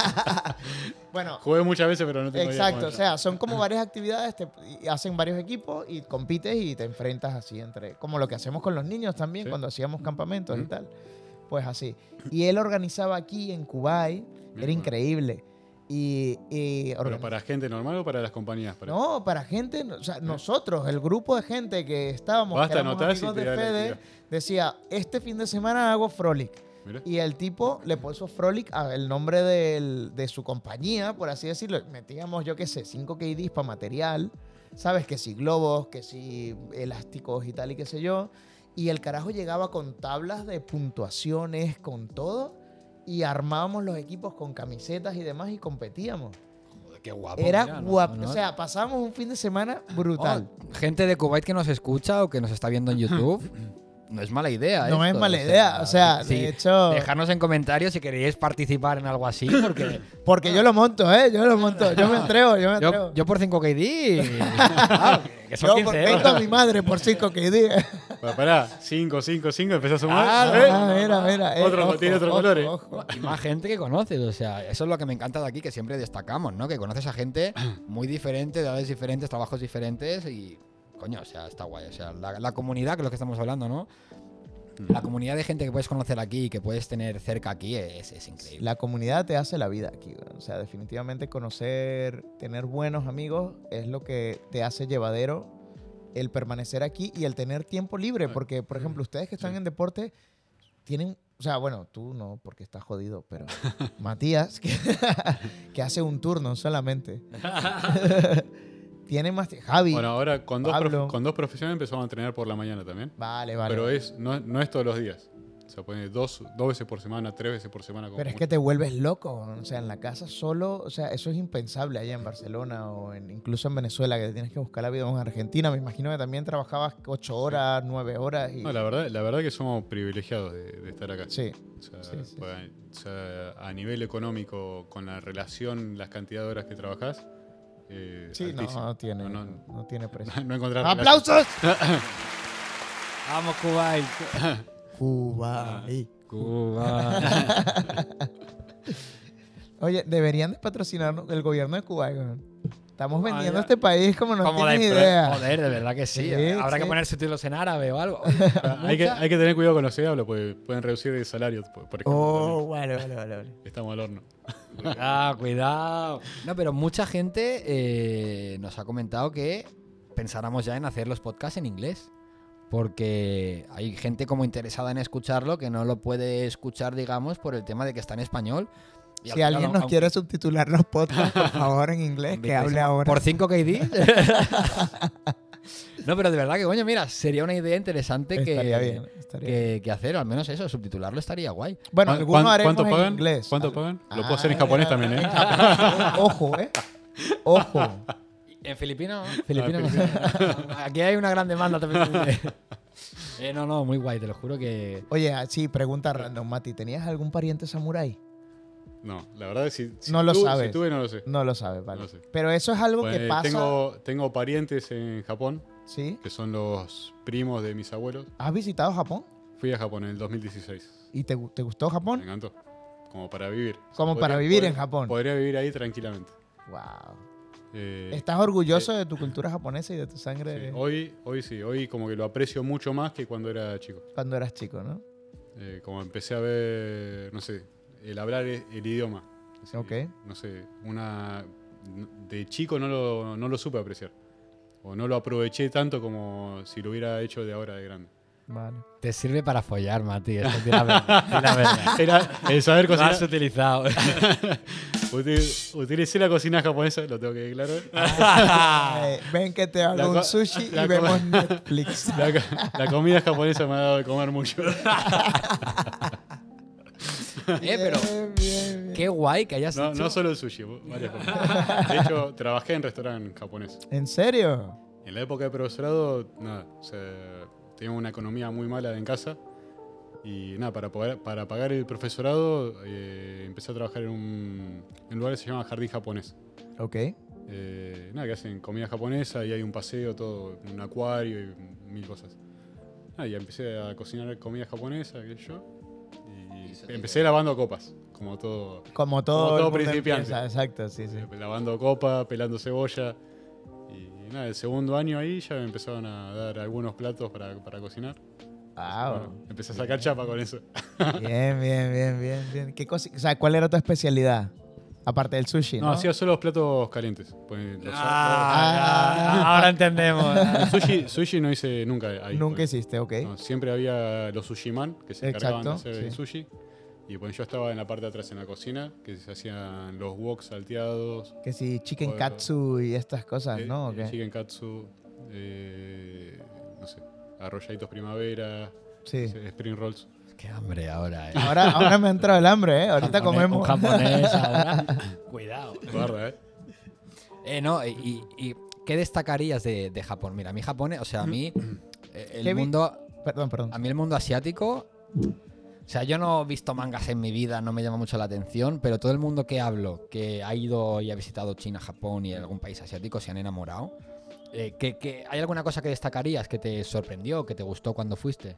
Bueno, Jugué muchas veces, pero no tengo idea exacto, cómo o es. sea, son como varias actividades, te, y hacen varios equipos y compites y te enfrentas así entre, como lo que hacemos con los niños también Sí. cuando hacíamos campamentos y Ujú. tal. Pues así. Y él organizaba aquí en Kuwait, Mira, era increíble. Y, y ¿Pero organi- para gente normal o para las compañías? Para- no, para gente, o sea, nosotros, el grupo de gente que estábamos, Basta, que éramos anotás y amigos te de da la Fede, actividad. decía, este fin de semana hago Frolic. Mira. Y el tipo le puso Frolic a el nombre del- de su compañía, por así decirlo. Metíamos, yo qué sé, cinco K Ds para material. ¿Sabes? Que si globos, que si elásticos y tal y qué sé yo. Y el carajo llegaba con tablas de puntuaciones, con todo. Y armábamos los equipos con camisetas y demás y competíamos. Joder, qué guapo. Era mira, ¿no? guapo. ¿no? O sea, pasábamos un fin de semana brutal. Oh, gente de Kuwait que nos escucha o que nos está viendo en YouTube, no es mala idea. No es esto, mala idea, o sea, de hecho- Dejadnos en comentarios si queréis participar en algo así, porque Porque yo lo monto, ¿eh? Yo lo monto. Yo me atrevo, yo me atrevo. yo, yo por cinco K D. claro, que- que son Yo quince por- euros. vengo a mi madre por cinco K D. Pará, pará, cinco, cinco, cinco, empezás a sumar. Ah, ¿eh? Ah, mira, mira. eh, Otro- ojo, tiene otros ojo, colores. ojo. Y más gente que conoces, o sea, eso es lo que me encanta de aquí, que siempre destacamos, ¿no? Que conoces a gente muy diferente, de edades diferentes, trabajos diferentes y, coño, o sea, está guay. O sea, la, la comunidad, que es lo que estamos hablando, ¿no? La comunidad de gente que puedes conocer aquí y que puedes tener cerca aquí es, es increíble. La comunidad te hace la vida aquí. güey. O sea, definitivamente conocer, tener buenos amigos es lo que te hace llevadero el permanecer aquí y el tener tiempo libre. Porque, por ejemplo, ustedes que están Sí. en deporte tienen, o sea, bueno, tú no, porque estás jodido, pero Matías, que, que hace un turno solamente, tiene más... ti- Javi, Bueno, ahora con dos, Pablo. prof- con dos profesionales empezamos a entrenar por la mañana también. vale, vale. pero vale. es no, no es todos los días. O sea, pone dos, dos veces por semana, tres veces por semana. como Pero es mucho. que te vuelves loco, o sea, en la casa solo, o sea, eso es impensable allá en Barcelona o en, incluso en Venezuela, que te tienes que buscar la vida o en Argentina. Me imagino que también trabajabas ocho horas, nueve horas y... No, la verdad, la verdad que somos privilegiados de, de estar acá. Sí, O sea, sí, sí, pues, o sea, a nivel económico, con la relación, las cantidades de horas que trabajás, eh, sí, no, altísimo. no tiene, No, no, no- tiene precio. no encontrar ¡Aplausos! ¡Vamos, Kuwait! Cuba. ahí. Cuba. Oye, deberían de patrocinarnos el gobierno de Cuba. güey. Estamos Ah, vendiendo ya. este país como no Como tienes de- idea. Joder, de verdad que sí. Sí, Habrá sí. que poner subtítulos en árabe o algo. hay, que, hay que tener cuidado con los que hablo, porque pueden reducir el salario, por, por ejemplo. Oh, vale, vale, vale. vale. también. Estamos al horno. Cuidado, cuidado. No, pero mucha gente eh, nos ha comentado que pensáramos ya en hacer los podcasts en inglés. porque hay gente como interesada en escucharlo que no lo puede escuchar, digamos, por el tema de que está en español. Y Si al final, alguien nos aunque- quiere subtitular los podcasts, por favor, en inglés, que hable ahora. ¿Por cinco K D? No, pero de verdad que, coño, mira, sería una idea interesante que, Estaría bien, estaría bien. que, que hacer, al menos eso, subtitularlo estaría guay. Bueno, ¿Cuán- algunos cuán- haremos ¿Cuánto en pagan? inglés. ¿Cuánto Al- pagan? Lo puedo Ah, hacer en japonés también, ¿eh? Ojo, ¿eh? Ojo. ¿En Filipino? Filipino Ah, no Filipino. Aquí hay una gran demanda también. Eh, no, no, muy guay, te lo juro que... Oye, ah, sí, pregunta random, Mati. ¿Tenías algún pariente samurái? No, la verdad es que si, si No lo tuve- sabes. Si tuve, no lo sé. No lo sabes, vale. No sé. Pero eso es algo Pues, que pasa. tengo, tengo parientes en Japón, ¿Sí? que son los primos de mis abuelos. ¿Has visitado Japón? Fui a Japón en el dos mil dieciséis. ¿Y te, gu- te gustó Me Japón? encantó. Como para vivir. Como Podría- para vivir en pod- Japón. Podría vivir ahí tranquilamente. Wow. Eh, ¿Estás orgulloso de tu cultura japonesa y de tu sangre sí, hoy, hoy sí, hoy como que lo aprecio mucho más que cuando era chico. cuando eras chico, no? Eh, como empecé a ver, no sé, el hablar e- el idioma. Así, Ok. No sé, una... De chico no lo, no lo supe apreciar. O no lo aproveché tanto como si lo hubiera hecho de ahora de grande. Vale. Te sirve para follar, Mati, eso, di la verdad, di la verdad. Era el saber Lo has cocinar. utilizado. Util- utilicé la cocina japonesa, lo tengo que declarar. Eh, ven que te hago La un co- sushi la y co- vemos Netflix. La, co- la comida japonesa me ha dado de comer mucho. Eh, pero Bien, bien, bien. qué guay que hayas No, dicho... no solo el sushi, varias cosas. De hecho, trabajé en restaurante japonés. ¿En serio? En la época de profesorado, nada, o sea, tenía una economía muy mala en casa. Y nada, para, poder, para pagar el profesorado, eh, empecé a trabajar en un, en un lugar que se llama Jardín Japonés. Ok. Eh, nada, que hacen comida japonesa y hay un paseo, todo, un acuario y mil cosas. Nada, y empecé a cocinar comida japonesa, que yo. Y empecé lavando copas, como todo. Como todo, Como el todo mundo principiante. empieza, exacto, sí, sí. eh, Lavando copa, pelando cebolla. Y nada, el segundo año ahí ya me empezaron a dar algunos platos para, para cocinar. Wow. Bueno, empecé a sacar chapa con eso. Bien, bien, bien, bien, bien. ¿Qué cosa, o sea, ¿cuál era tu especialidad? Aparte del sushi, No, ¿no? hacía solo los platos calientes. Pues los- Ah, ahora entendemos. el sushi, sushi no hice nunca ahí. Nunca pues. hiciste, ok. No, siempre había los sushiman que se encargaban de Exacto, hacer el sí. sushi. Y pues yo estaba en la parte de atrás en la cocina, que se hacían los wok salteados, Que si chicken Joder. katsu y estas cosas, eh, ¿no? ¿O eh, qué? chicken katsu, eh, no sé, arrolladitos primavera, Sí. no sé, spring rolls. Qué hambre ahora, eh. Ahora, ahora me ha entrado el hambre, ¿eh? Ahorita Japonés- comemos. Un japonés ahora. Cuidado. Guarda, ¿eh? Eh, no, y, y- y ¿qué destacarías de, de Japón? Mira, a mí Japón, o sea, a mí eh, el ¿Qué vi- mundo, Perdón, perdón. a mí el mundo asiático, o sea, yo no he visto mangas en mi vida, no me llama mucho la atención, pero todo el mundo que hablo, que ha ido y ha visitado China, Japón y algún país asiático, se han enamorado. Eh, ¿que, que- ¿Hay alguna cosa que destacarías que te sorprendió, que te gustó cuando fuiste?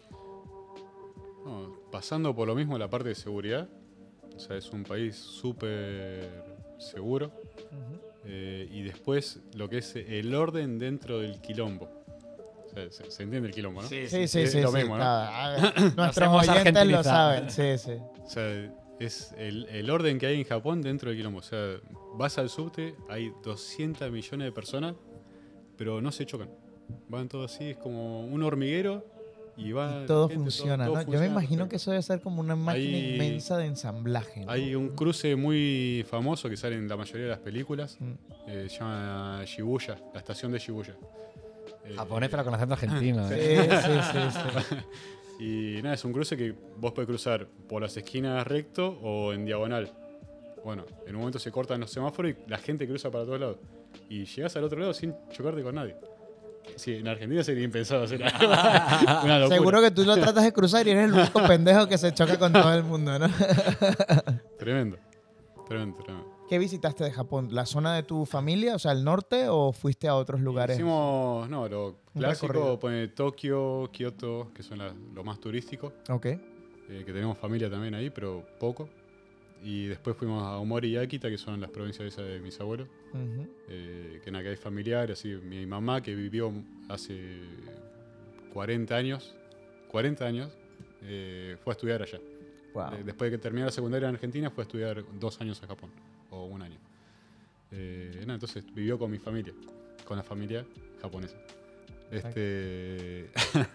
No, pasando por lo mismo la parte de seguridad, o sea, es un país súper seguro. Eh, y después lo que es el orden dentro del quilombo. O sea, se, se entiende el quilombo, ¿no? Sí, sí, sí. es sí, lo sí, mismo, ¿no? claro. A ver, nuestros hemos oyentes lo argentinizado. saben. Sí, sí. O sea, es el, el orden que hay en Japón dentro del quilombo. O sea, vas al subte, hay doscientos millones de personas, pero no se chocan. Van todos así, es como un hormiguero y va. Y todo gente, funciona, todo ¿no? Yo me funciona imagino que perfecto. eso debe ser como una máquina Hay- inmensa de ensamblaje. ¿no? Hay un cruce muy famoso que sale en la mayoría de las películas. Mm. eh, se llama Shibuya, la estación de Shibuya. Eh, Japonés, pero con acento argentino, Sí, ¿eh? sí, sí, sí. Y nada, es un cruce que vos podés cruzar por las esquinas recto o en diagonal. Bueno, en un momento se cortan los semáforos y la gente cruza para todos lados. Y llegás al otro lado sin chocarte con nadie. Sí, en Argentina sería impensado hacer algo. Una locura. Seguro que tú lo tratas de cruzar y eres el único pendejo que se choca con todo el mundo, ¿no? Tremendo. Tremendo, tremendo. ¿Qué visitaste de Japón? ¿La zona de tu familia, o sea, el norte, o fuiste a otros lugares? Hicimos, no, lo Un clásico, recorrido. pone Tokio, Kioto, que son las- lo más turístico. Ok. eh, que tenemos familia también ahí, pero poco. Y después fuimos a Omori y Akita, que son las provincias esas de mis abuelos. Ujú. Eh, que nada, que hay familiares, así, mi mamá que vivió hace cuarenta años, cuarenta años, eh, fue a estudiar allá. Wow. Eh, después de que terminó la secundaria en Argentina, fue a estudiar dos años a Japón, o un año. Eh, nada, entonces vivió con mi familia, con la familia japonesa. Este.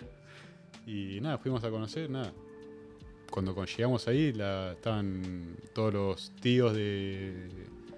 Y nada, fuimos a conocer, nada. Cuando, cuando llegamos ahí, la, estaban todos los tíos de,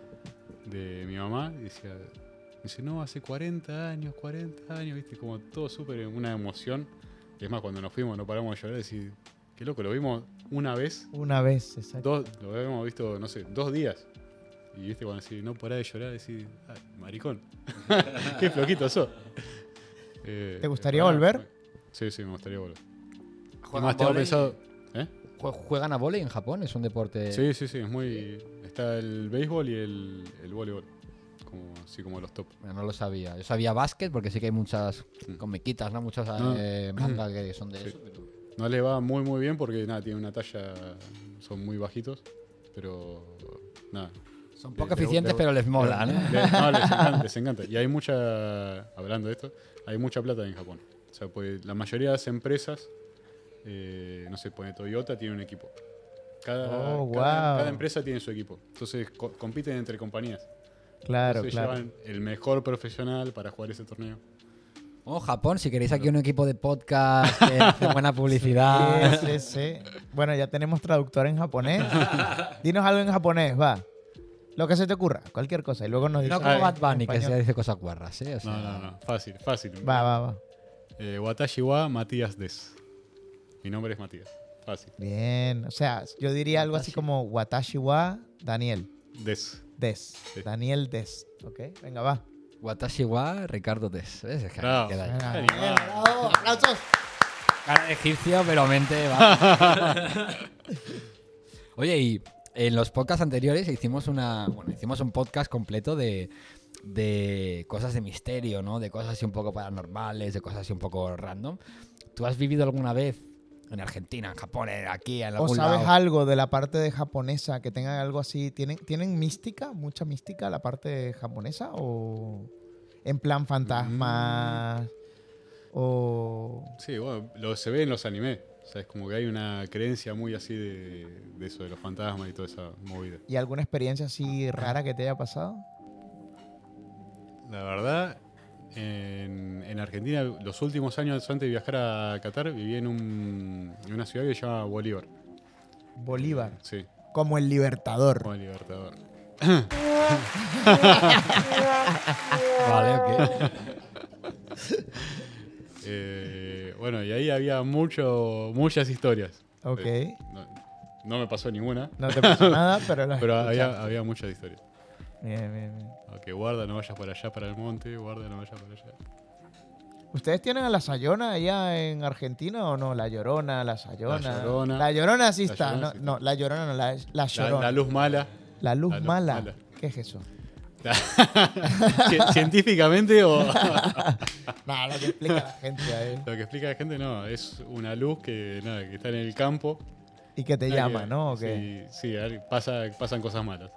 de mi mamá. Y decía, me dice, no, hace cuarenta años, cuarenta años, viste, como todo súper una emoción. Y es más, cuando nos fuimos no paramos de llorar y decir, qué loco, lo vimos una vez. Una vez, exacto. Dos, lo habíamos visto, no sé, dos días. Y viste, cuando decís, no pará de llorar, decís, ay, maricón. Qué floquito sos. Eh, ¿Te gustaría pará, volver? Sí, sí, me gustaría volver. ¿Juegan Además, tengo vóley? pensado. ¿Eh? Jue- ¿Juegan a vóley en Japón? ¿Es un deporte...? Sí, sí, sí, es muy. Está el béisbol y el, el voleibol. Como, así como los top. Bueno, no lo sabía. Yo sabía básquet porque sí que hay muchas Mm. comiquitas, ¿no? Muchos No. eh, mangas que son de Sí. eso. Pero... No les va muy, muy bien porque nada, tienen una talla. Son muy bajitos. Pero. Nada. Son Le- poco le- eficientes, le- pero les mola, ¿no? Le- no, les encanta, les encanta. Y hay mucha. Hablando de esto, hay mucha plata en Japón. O sea, pues la mayoría de las empresas. Eh, no sé, pone Toyota, tiene un equipo. Cada, Oh, cada, wow. cada empresa tiene su equipo. Entonces co- compiten entre compañías. Claro, Entonces claro. llevan el mejor profesional para jugar ese torneo. Oh, Japón, si queréis aquí un equipo de podcast que hace buena publicidad. Sí, sí, sí. Bueno, ya tenemos traductor en japonés. Dinos algo en japonés, va. Lo que se te ocurra, cualquier cosa. Y luego nos dices. No como Ay, Bad Bunny, en que se español. dice cosas guarras, ¿eh? O sea, No, no, no. Fácil, fácil. Va, va, va. Eh, Watashi wa Matías Des. Mi nombre es Matías. Fácil. Bien. O sea, yo diría algo así Watashi. como Watashi wa Daniel Des. Des. Sí. Daniel Des. Ok, venga, va. Watashi wa Ricardo Des. ¿Ves? Es que Bravo. queda ahí. Venga. animado. Bien, bravo, aplausos. Cara de egipcio, pero mente va. Oye, y en los podcasts anteriores hicimos una. Bueno, hicimos un podcast completo de, de cosas de misterio, ¿no? De cosas así un poco paranormales, de cosas así un poco random. ¿Tú has vivido alguna vez en Argentina, en Japón, en- aquí, en ¿O algún sabes lado? algo de la parte de japonesa que tengan algo así? ¿Tienen, ¿Tienen mística? ¿Mucha mística la parte japonesa? ¿O en plan fantasmas? ¿O...? Sí, bueno, lo se ve en los animes. O sea, es como que hay una creencia muy así de, de eso, de los fantasmas y toda esa movida. ¿Y alguna experiencia así rara que te haya pasado? La verdad, en, en Argentina, los últimos años antes de viajar a Qatar, viví en, un, en una ciudad que se llama Bolívar. Bolívar. Sí, Como el Libertador. como el Libertador. Vale, ok. Eh, bueno, y ahí había mucho, muchas historias. Ok. Eh, no, no me pasó ninguna, No te pasó nada, pero las pero escuchaste. había, había muchas historias. Bien, bien, bien. Ok, guarda, no vayas para allá, para el monte, guarda, no vayas para allá. ¿Ustedes tienen a la Sayona allá en Argentina o no? La Llorona, la Sayona. La Llorona. La Llorona sí La está. Llorona no, sí no, está. la Llorona no, la, la La, Llorona. la luz mala. La luz la luz mala. mala. ¿Qué es eso? Ci- ¿Científicamente o...? Nada, lo que explica la gente ahí. Lo que explica la gente, no, es una luz que, nada, que está en el campo. Y que te Nada, llama, que- ¿no? ¿O qué? Sí, sí, a ver, pasa, pasan cosas malas.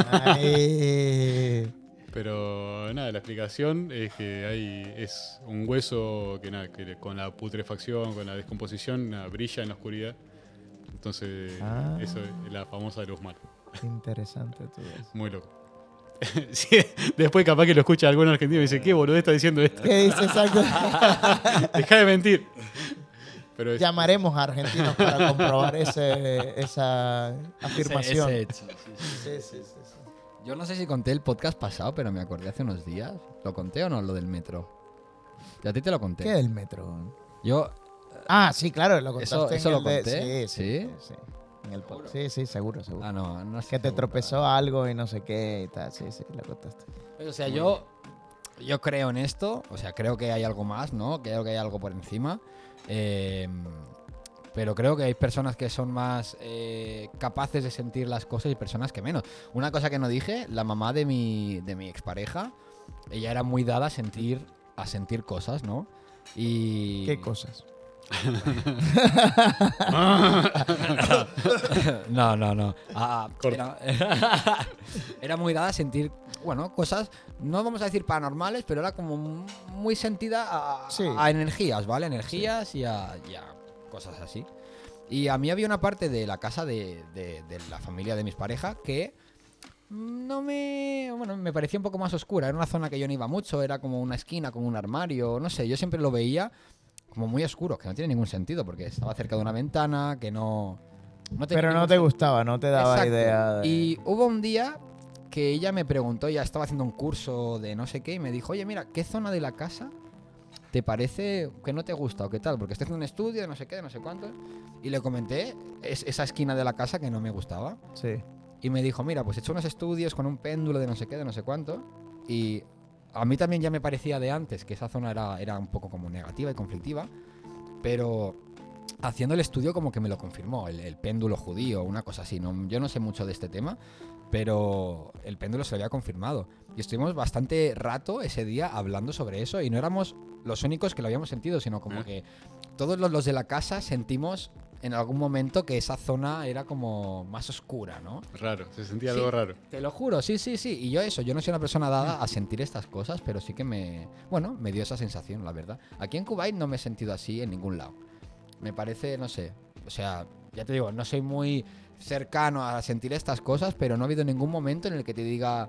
Ay. Pero nada, la explicación es que hay es un hueso que, nada, que con la putrefacción, con la descomposición, nada, brilla en la oscuridad. Entonces, Ah. eso es la famosa luz mala. Interesante todo eso. Muy loco. Sí, después capaz que lo escucha algún argentino y dice, ¿qué boludo está diciendo esto? ¿Qué dice exacto? Deja de mentir. Pero es- Llamaremos a argentinos para comprobar ese, esa afirmación. Ese- ese hecho, sí, sí. Sí, sí, sí, sí. Yo no sé si conté el podcast pasado, pero me acordé hace unos días. ¿Lo conté o no, lo del metro? Yo a ti te lo conté. ¿Qué del metro? Yo, Ah, sí, claro, lo contaste ¿Eso- en eso el lo de- conté? Sí, sí, ¿Sí? sí, sí. En el pod- Sí, sí, seguro, seguro. ah, no, no sé. Que te tropezó algo y no sé qué y tal. Sí, sí, lo contaste. O sea, yo, yo creo en esto. O sea, creo que hay algo más, ¿no? Creo que hay algo por encima. Eh, pero creo que hay personas que son más eh, capaces de sentir las cosas y personas que menos. Una cosa que no dije, la mamá de mi, de mi expareja, ella era muy dada a sentir, a sentir cosas, ¿no? Y... ¿Qué cosas? No, no, no. Ah, Corta. era, era muy dada a sentir, bueno, cosas, no vamos a decir paranormales, pero era como muy sentida a, Sí. a energías, ¿vale? Energías y, a, y a cosas así. Y a mí había una parte de la casa de, de- de la familia de mis parejas que No me... Bueno, me parecía un poco más oscura. Era una zona que yo no iba mucho, era como una esquina, como un armario, no sé. Yo siempre lo veía como muy oscuro, que no tiene ningún sentido, porque estaba cerca de una ventana, que no... no tenía Pero no ningún te sentido. gustaba, no te daba Exacto. idea de... Y hubo un día que ella me preguntó, ya estaba haciendo un curso de no sé qué, y me dijo, oye, mira, ¿qué zona de la casa te parece que no te gusta o qué tal? Porque estoy haciendo un estudio de no sé qué, de no sé cuánto. Y le comenté es, esa esquina de la casa que no me gustaba. Sí. Y me dijo, mira, pues he hecho unos estudios con un péndulo de no sé qué, de no sé cuánto. Y a mí también ya me parecía de antes que esa zona era, era un poco como negativa y conflictiva. Pero haciendo el estudio como que me lo confirmó, el, el péndulo judío, una cosa así. No, yo no sé mucho de este tema, pero el péndulo se lo había confirmado. Y estuvimos bastante rato ese día hablando sobre eso y no éramos los únicos que lo habíamos sentido, sino como ¿Eh? que todos los, los de la casa sentimos en algún momento que esa zona era como más oscura, ¿no? Raro, se sentía Sí. algo raro. Te lo juro, sí, sí, sí. Y yo eso, yo no soy una persona dada a sentir estas cosas, pero sí que me... Bueno, me dio esa sensación, la verdad. Aquí en Kuwait no me he sentido así en ningún lado. Me parece, no sé, o sea, ya te digo, no soy muy cercano a sentir estas cosas, pero no ha habido ningún momento en el que te diga,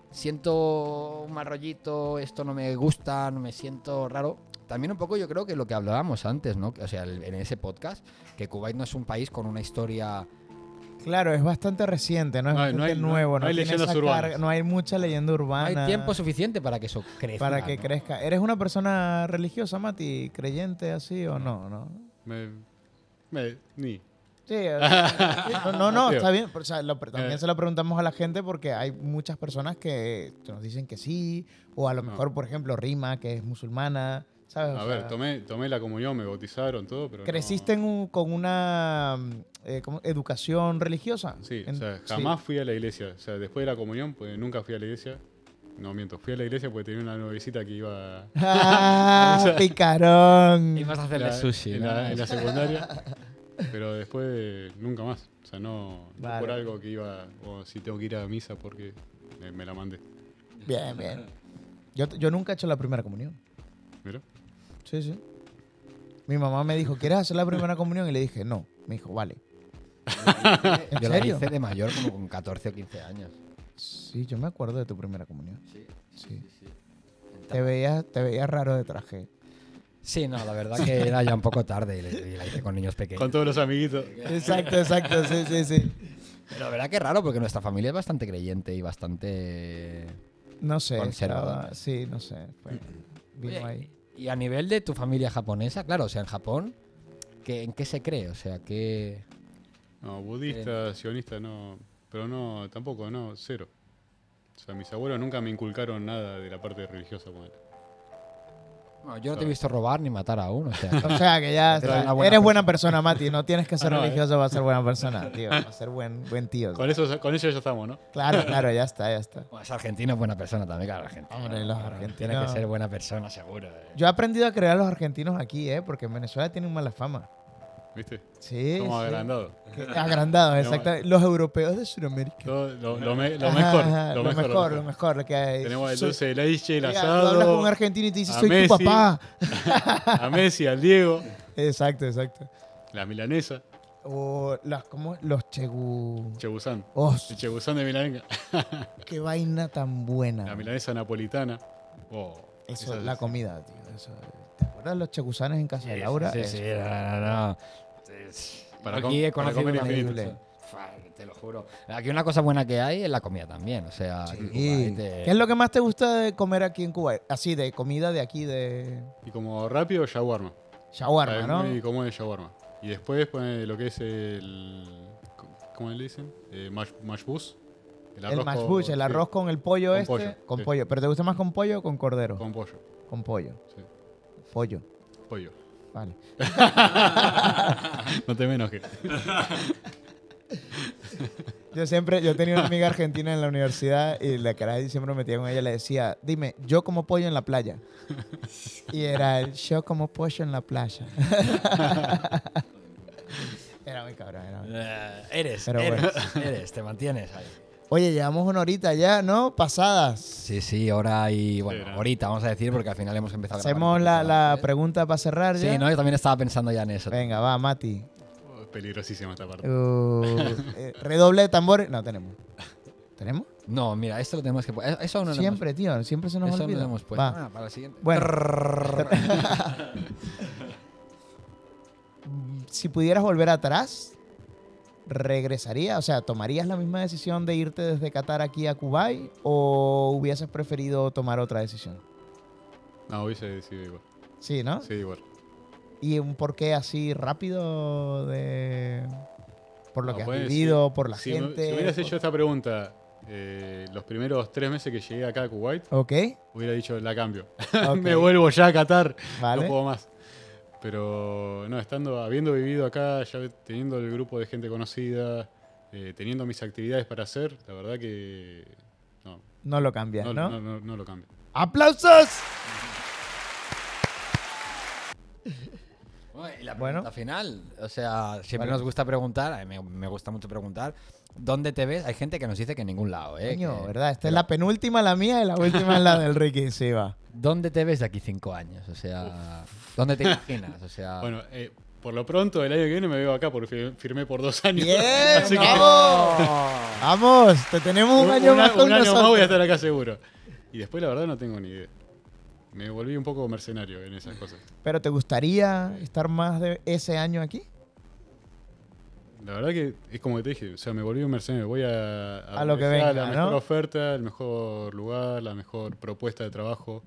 siento un mal rollito, esto no me gusta, no me siento raro. También un poco yo creo que lo que hablábamos antes, ¿no? O sea, el- en ese podcast, que Kuwait no es un país con una historia... Claro, es bastante reciente, ¿no? Es No hay- no bastante hay- no hay- nuevo. no hay tiene leyendas esa urbanas. carga- no hay mucha leyenda No urbana. hay tiempo suficiente para que eso crezca. para que ¿no? crezca. ¿Eres una persona religiosa, Mati? ¿Creyente así o no? ¿No? Me, me, ni. Sí, o sea, no, no, no, Tío. está bien. O sea, lo- también Eh. se lo preguntamos a la gente porque hay muchas personas que nos dicen que sí, o a lo No. mejor, por ejemplo, Rima, que es musulmana, ¿sabes? O A sea, ver, tomé, tomé la comunión, me bautizaron, todo, pero ¿creciste en un- con una mm, eh, ¿cómo? educación religiosa? no. Sí, En- o sea, sí. jamás fui a la iglesia. O sea, después de la comunión, pues nunca fui a la iglesia. No miento, fui a la iglesia porque tenía una nuevecita que iba ¡Ah, O sea, picarón! Ibas a en hacerle la, sushi. en ¿no? la- en la secundaria, pero después nunca más. O sea, no, no Vale. por algo que iba, o si tengo que ir a misa porque me, me la mandé. Bien, bien. Yo, yo nunca he hecho la primera comunión. Mira. Sí, sí. Mi mamá me dijo, ¿quieres hacer la primera comunión? Y le dije, no. Me dijo, vale. ¿En Yo la serio? hice de mayor, como con catorce o quince años. Sí, yo me acuerdo de tu primera comunión. Sí, Sí. Te veías, te veías raro de traje. Sí, no, la verdad que era ya un poco tarde y le- y la hice con niños pequeños. Con todos los amiguitos. Exacto, exacto, sí, sí, sí. Pero la verdad que es raro porque nuestra familia es bastante creyente y bastante... No sé, Conservadora. estaba- sí, no sé. fue- vino Oye, ahí. y a nivel de tu familia japonesa, claro, o sea, en Japón, ¿qué, ¿en qué se cree? O sea, ¿qué...? No, budista, sionista, no. Pero no, tampoco, no, cero. O sea, mis abuelos nunca me inculcaron nada de la parte religiosa con él. Bueno, yo no te he visto robar ni matar aún, o sea... O sea, que ya Eres está- una buena eres buena persona, Mati. No tienes que ser Ah, no, eh. religioso para ser buena persona, tío. Para ser buen, buen tío. Con eso, con eso ya estamos, ¿no? Claro, claro, ya está, ya está. Bueno, es argentino, es buena persona también, claro, argentino. Hombre, los Claro, argentinos- Tiene que ser buena persona, seguro. eh. Yo he aprendido a creer a los argentinos aquí, ¿eh? Porque en Venezuela tienen mala fama. ¿Viste? Sí. Somos sí. agrandados. Que- Agrandados, exacto. Los europeos de Sudamérica. Todo- lo, lo me- lo Ajá, mejor, ajá, lo, lo mejor, mejor, lo mejor que hay. Tenemos el Soy- dulce de leche, el Mira, tú asado. hablas con un argentino y te dice, a soy tu Messi. papá. A Messi, al Diego, Exacto, exacto. la milanesa, O las, ¿cómo? Los chegu... Chebusán. Oh, El Chebusán de milanesa. qué vaina tan buena. La milanesa napolitana. Oh, Eso, esa la es- comida, tío. Eso. ¿Te acuerdas los chegusanes en casa de Laura? Sí, Eso. sí, no, no, no. Para Aquí he com- para conocido comer una infinito. increíble. Fua, te lo juro. Aquí una cosa buena que hay es la comida también. O sea, Sí. en Kuwait, eh, ¿Qué es lo que más te gusta de comer aquí en Cuba? Así, de comida de aquí, de Y como rápido, shawarma. shawarma, Es ¿no? muy común el shawarma. Y después pone lo que es el. ¿Cómo le dicen? Eh, mash, mashbus. El con- mashbush, el sí, arroz con el pollo Con este. pollo, con sí. pollo. ¿Pero te gusta más con pollo o con cordero? con pollo. Con pollo. Sí. Pollo. Pollo. Vale. No te me enojes. Yo siempre, yo tenía una amiga argentina en la universidad y la cara siempre me metía con ella, le decía, dime, yo como pollo en la playa. Y era el yo como pollo en la playa. Era muy cabrón, era muy... eh, eres, Pero eres, bueno. eres, te mantienes ahí. Oye, llevamos una horita ya, ¿no? Pasadas. Sí, sí, ahora y bueno, Sí, ¿no? ahorita vamos a decir porque al final hemos empezado a grabar Hacemos un la, poquito la antes. pregunta para cerrar ya. Sí, no, yo también estaba pensando ya en eso. Venga, va, Mati. Oh, es peligrosísima esta parte. Uh, eh, redoble de tambores. No, tenemos. ¿Tenemos? No, mira, esto lo tenemos que poner. Eso no lo Siempre, tío, siempre se nos hemos, eso no olvida. lo hemos puesto. Va. Ah, para el siguiente. Bueno. Si pudieras volver atrás, ¿regresarías? O sea, ¿tomarías la misma decisión de irte desde Qatar aquí a Kuwait o hubieses preferido tomar otra decisión? No, hubiese decidido igual. Sí, ¿no? Sí, igual. ¿Y un porqué así rápido de por lo No, que has pues, vivido, si- por la si me- gente? Si hubieras hecho esta pregunta eh, los primeros tres meses que llegué acá a Kuwait, Ok, hubiera dicho, la cambio. ok, Me vuelvo ya a Qatar, vale. no puedo más. Pero no, estando, habiendo vivido acá, ya teniendo el grupo de gente conocida, eh, teniendo mis actividades para hacer, la verdad que no, No lo cambias, no, ¿no? no, no- no lo cambio. ¡Aplausos! Bueno, y la Bueno. pregunta final, o sea, siempre Vale. nos gusta preguntar, a mí me, me gusta mucho preguntar, ¿dónde te ves? Hay gente que nos dice que en ningún lado, ¿eh? Coño, Que- ¿verdad? Esta pero es la penúltima, la mía, y la última es la del Ricky, sí, va. ¿Dónde te ves de aquí cinco años? O sea, ¿dónde te imaginas? O sea, Bueno, eh, por lo pronto, el año que viene me veo acá porque fir- firmé por dos años. ¡Bien! Así que ¡Vamos! ¡Vamos! Te tenemos un, un, año una- más con un año nosotros. más voy a estar acá seguro. Y después, la verdad, no tengo ni idea. Me volví un poco mercenario en esas cosas. ¿Pero te gustaría estar más de ese año aquí? La verdad que es como que te dije, o sea, me volví un mercenario. Voy a, A lo que donde sea venga, la mejor ¿no? oferta, el mejor lugar, la mejor propuesta de trabajo.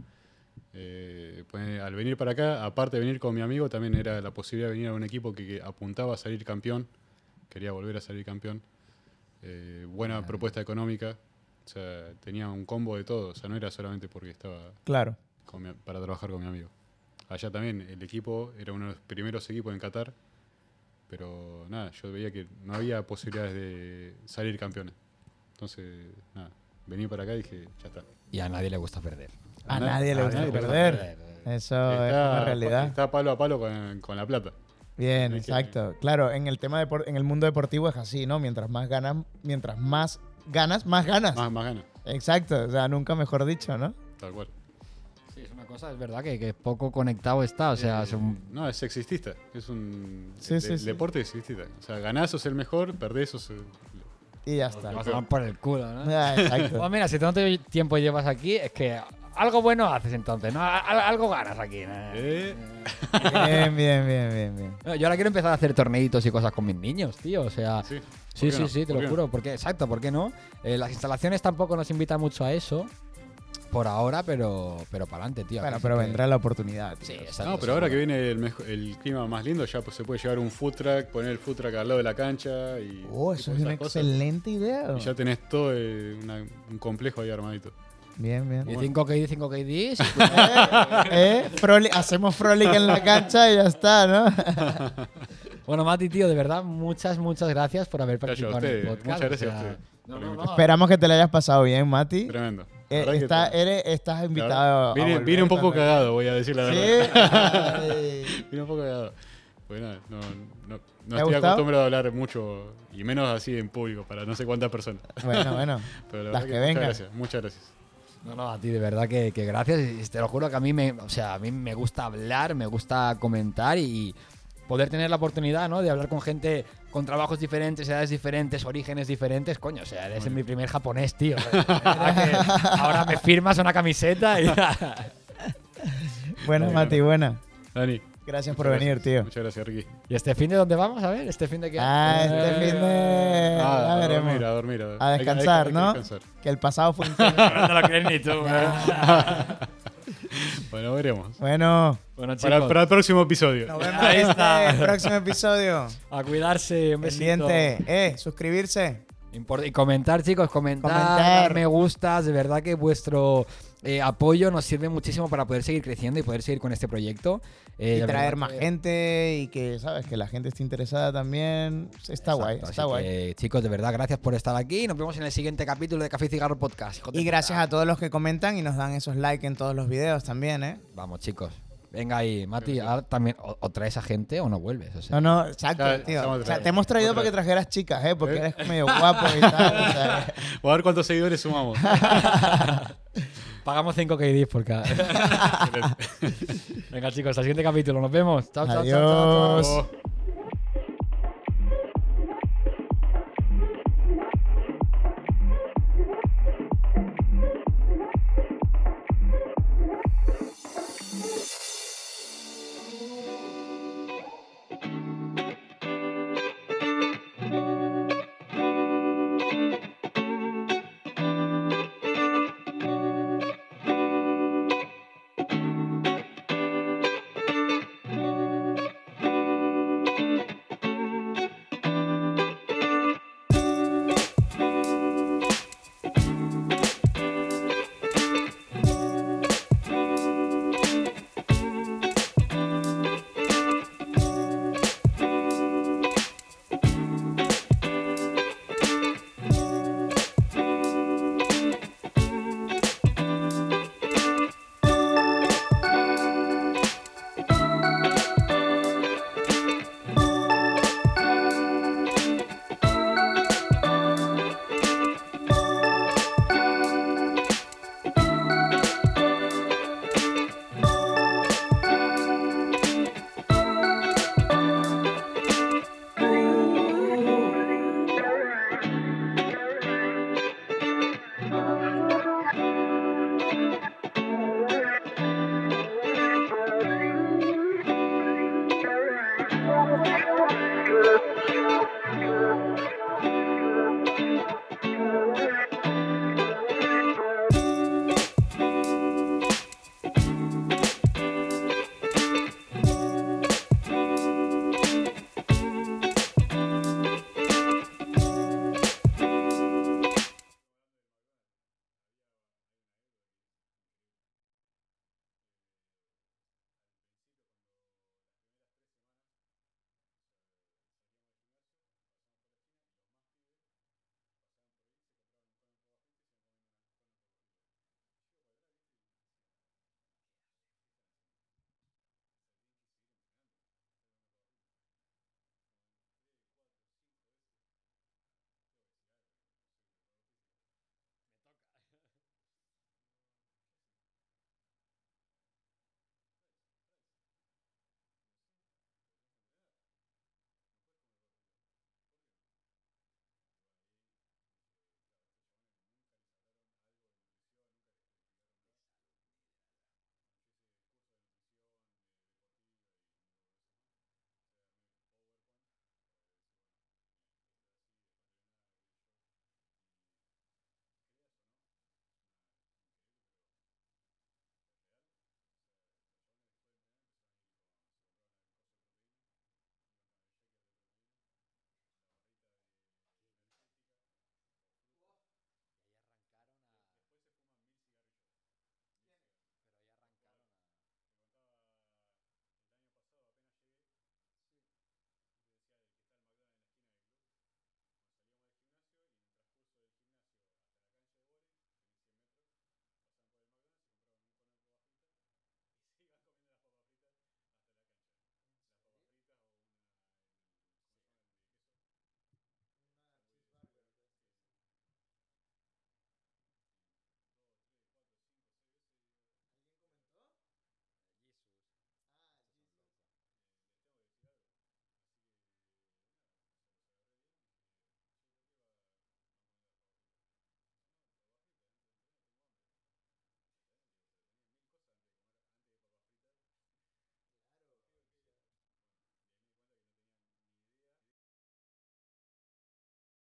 Eh, pues, al venir para acá, aparte de venir con mi amigo, también era la posibilidad de venir a un equipo que, que apuntaba a salir campeón. Quería volver a salir campeón. Eh, buena propuesta económica. O sea, tenía un combo de todo. O sea, no era solamente porque estaba Claro. con mi- para trabajar con mi amigo. Allá también el equipo era uno de los primeros equipos en Qatar, pero nada, yo veía que no había posibilidades de salir campeones. Entonces, nada, vení para acá y dije, ya está. y a nadie le gusta perder. A A nadie le a gusta nadie le gusta perder. Eso es una realidad. Está palo a palo con, con la plata. Bien, Hay que- exacto. Claro, en el tema depor- en el mundo deportivo es así, ¿no? Mientras más ganas, mientras más ganas, más ganas. Más, más ganas, Exacto, o sea, nunca mejor dicho, ¿no? tal cual. Sí, es una cosa, es verdad que, que poco conectado está, o sea, Eh, es un- No, es sexistista. Es un Sí, de- sí, sí. deporte sexistista. O sea, ganás sos el mejor, perdés sos el... Y ya está. te vas a dar por el culo, ¿no? Ah, exacto. Pues mira, si tanto tiempo llevas aquí, es que algo bueno haces entonces, ¿no? Al- algo ganas aquí, ¿no? Eh. Bien, bien, bien, bien, bien. No, yo ahora quiero empezar a hacer torneitos y cosas con mis niños, tío. O sea, Sí, sí, ¿por qué sí, no? sí, te ¿Por lo qué no? juro. Porque, exacto, ¿por qué no? Eh, las instalaciones tampoco nos invitan mucho a eso por ahora, pero, pero para adelante, tío. Bueno, Aquí pero sí que- vendrá la oportunidad. Sí, tío. exacto. No, pero ahora que seguro. viene el, mejo- el clima más lindo, ya pues, se puede llevar un food truck, poner el food truck al lado de la cancha y. Oh, y eso todas es una esas cosas. excelente idea. Y ya tenés todo eh, una- un complejo ahí armadito. Bien, bien. Y cinco K D, cinco K D. sí, ¿Eh? Froli- hacemos frolic en la cancha y ya está, ¿no? Bueno, Mati, tío, de verdad, muchas, muchas gracias por haber Gracias a participado en el ustedes. podcast. Muchas gracias o sea, a ustedes. No, por no, la no. Esperamos que te lo hayas pasado bien, Mati. Tremendo. Eh, La verdad que está- te- eres, estás la invitado. verdad, a Vine, volver vine un poco cuando- cagado, voy a decir la ¿Sí? verdad. Ay. Vine un poco cagado. Pues nada, no, no, no ¿Te ha estoy gustado? acostumbrado a hablar mucho, y menos así en público, para no sé cuántas personas. Bueno, bueno. Pero la Las verdad que que, vengan. muchas gracias, muchas gracias. No, no, a ti de verdad que, que gracias. Y te lo juro que a mí me, o sea, a mí me gusta hablar, me gusta comentar y poder tener la oportunidad, ¿no? De hablar con gente con trabajos diferentes, edades diferentes, orígenes diferentes. Coño, o sea, eres Muy mi primer japonés, tío. De verdad que ahora me firmas una camiseta y Buena, Muy Mati, bien. buena. Dani. Gracias por muchas venir, gracias. tío. Muchas gracias, Ricky. ¿Y este fin de dónde vamos? A ver, este fin de qué. Ah, este Eh, fin de. Ah, ya a veremos. dormir, a dormir. A Hay que- hay que- descansar, hay que ¿no? descansar. Que el pasado fue intenso. No te lo crees ni tú. Bueno, veremos. Bueno, Bueno, chicos, Para, para el próximo episodio. nos vemos Ahí en está. este próximo episodio. a cuidarse, un besito. Pendiente. Eh, suscribirse. Import- Y comentar, chicos, comentar, Comentar. dar me gustas. De verdad que vuestro eh, apoyo nos sirve muchísimo para poder seguir creciendo y poder seguir con este proyecto. Eh, Y de traer verdad más que- gente y que, ¿sabes? Que la gente esté interesada también. Está guay, Exacto, está así guay. que, chicos, de verdad, gracias por estar aquí. Nos vemos en el siguiente capítulo de Café y Cigarro Podcast. hijos de Y gracias puta. a todos los que comentan y nos dan esos likes en todos los videos también, ¿eh? Vamos, chicos. Venga ahí, Mati, ahora también o, o traes a gente o no vuelves. O sea, No, no, exacto, Ya, tío. estamos O sea, atrás. te hemos traído Otra para que vez. trajeras chicas, ¿eh? Porque ¿Eh? eres medio guapo y tal. o sea, Voy a ver cuántos seguidores sumamos. Pagamos cinco K D por cada. Excelente. Venga, chicos, hasta el siguiente capítulo. Nos vemos. Chao, chao, chao, chao, chao. Adiós. Chao.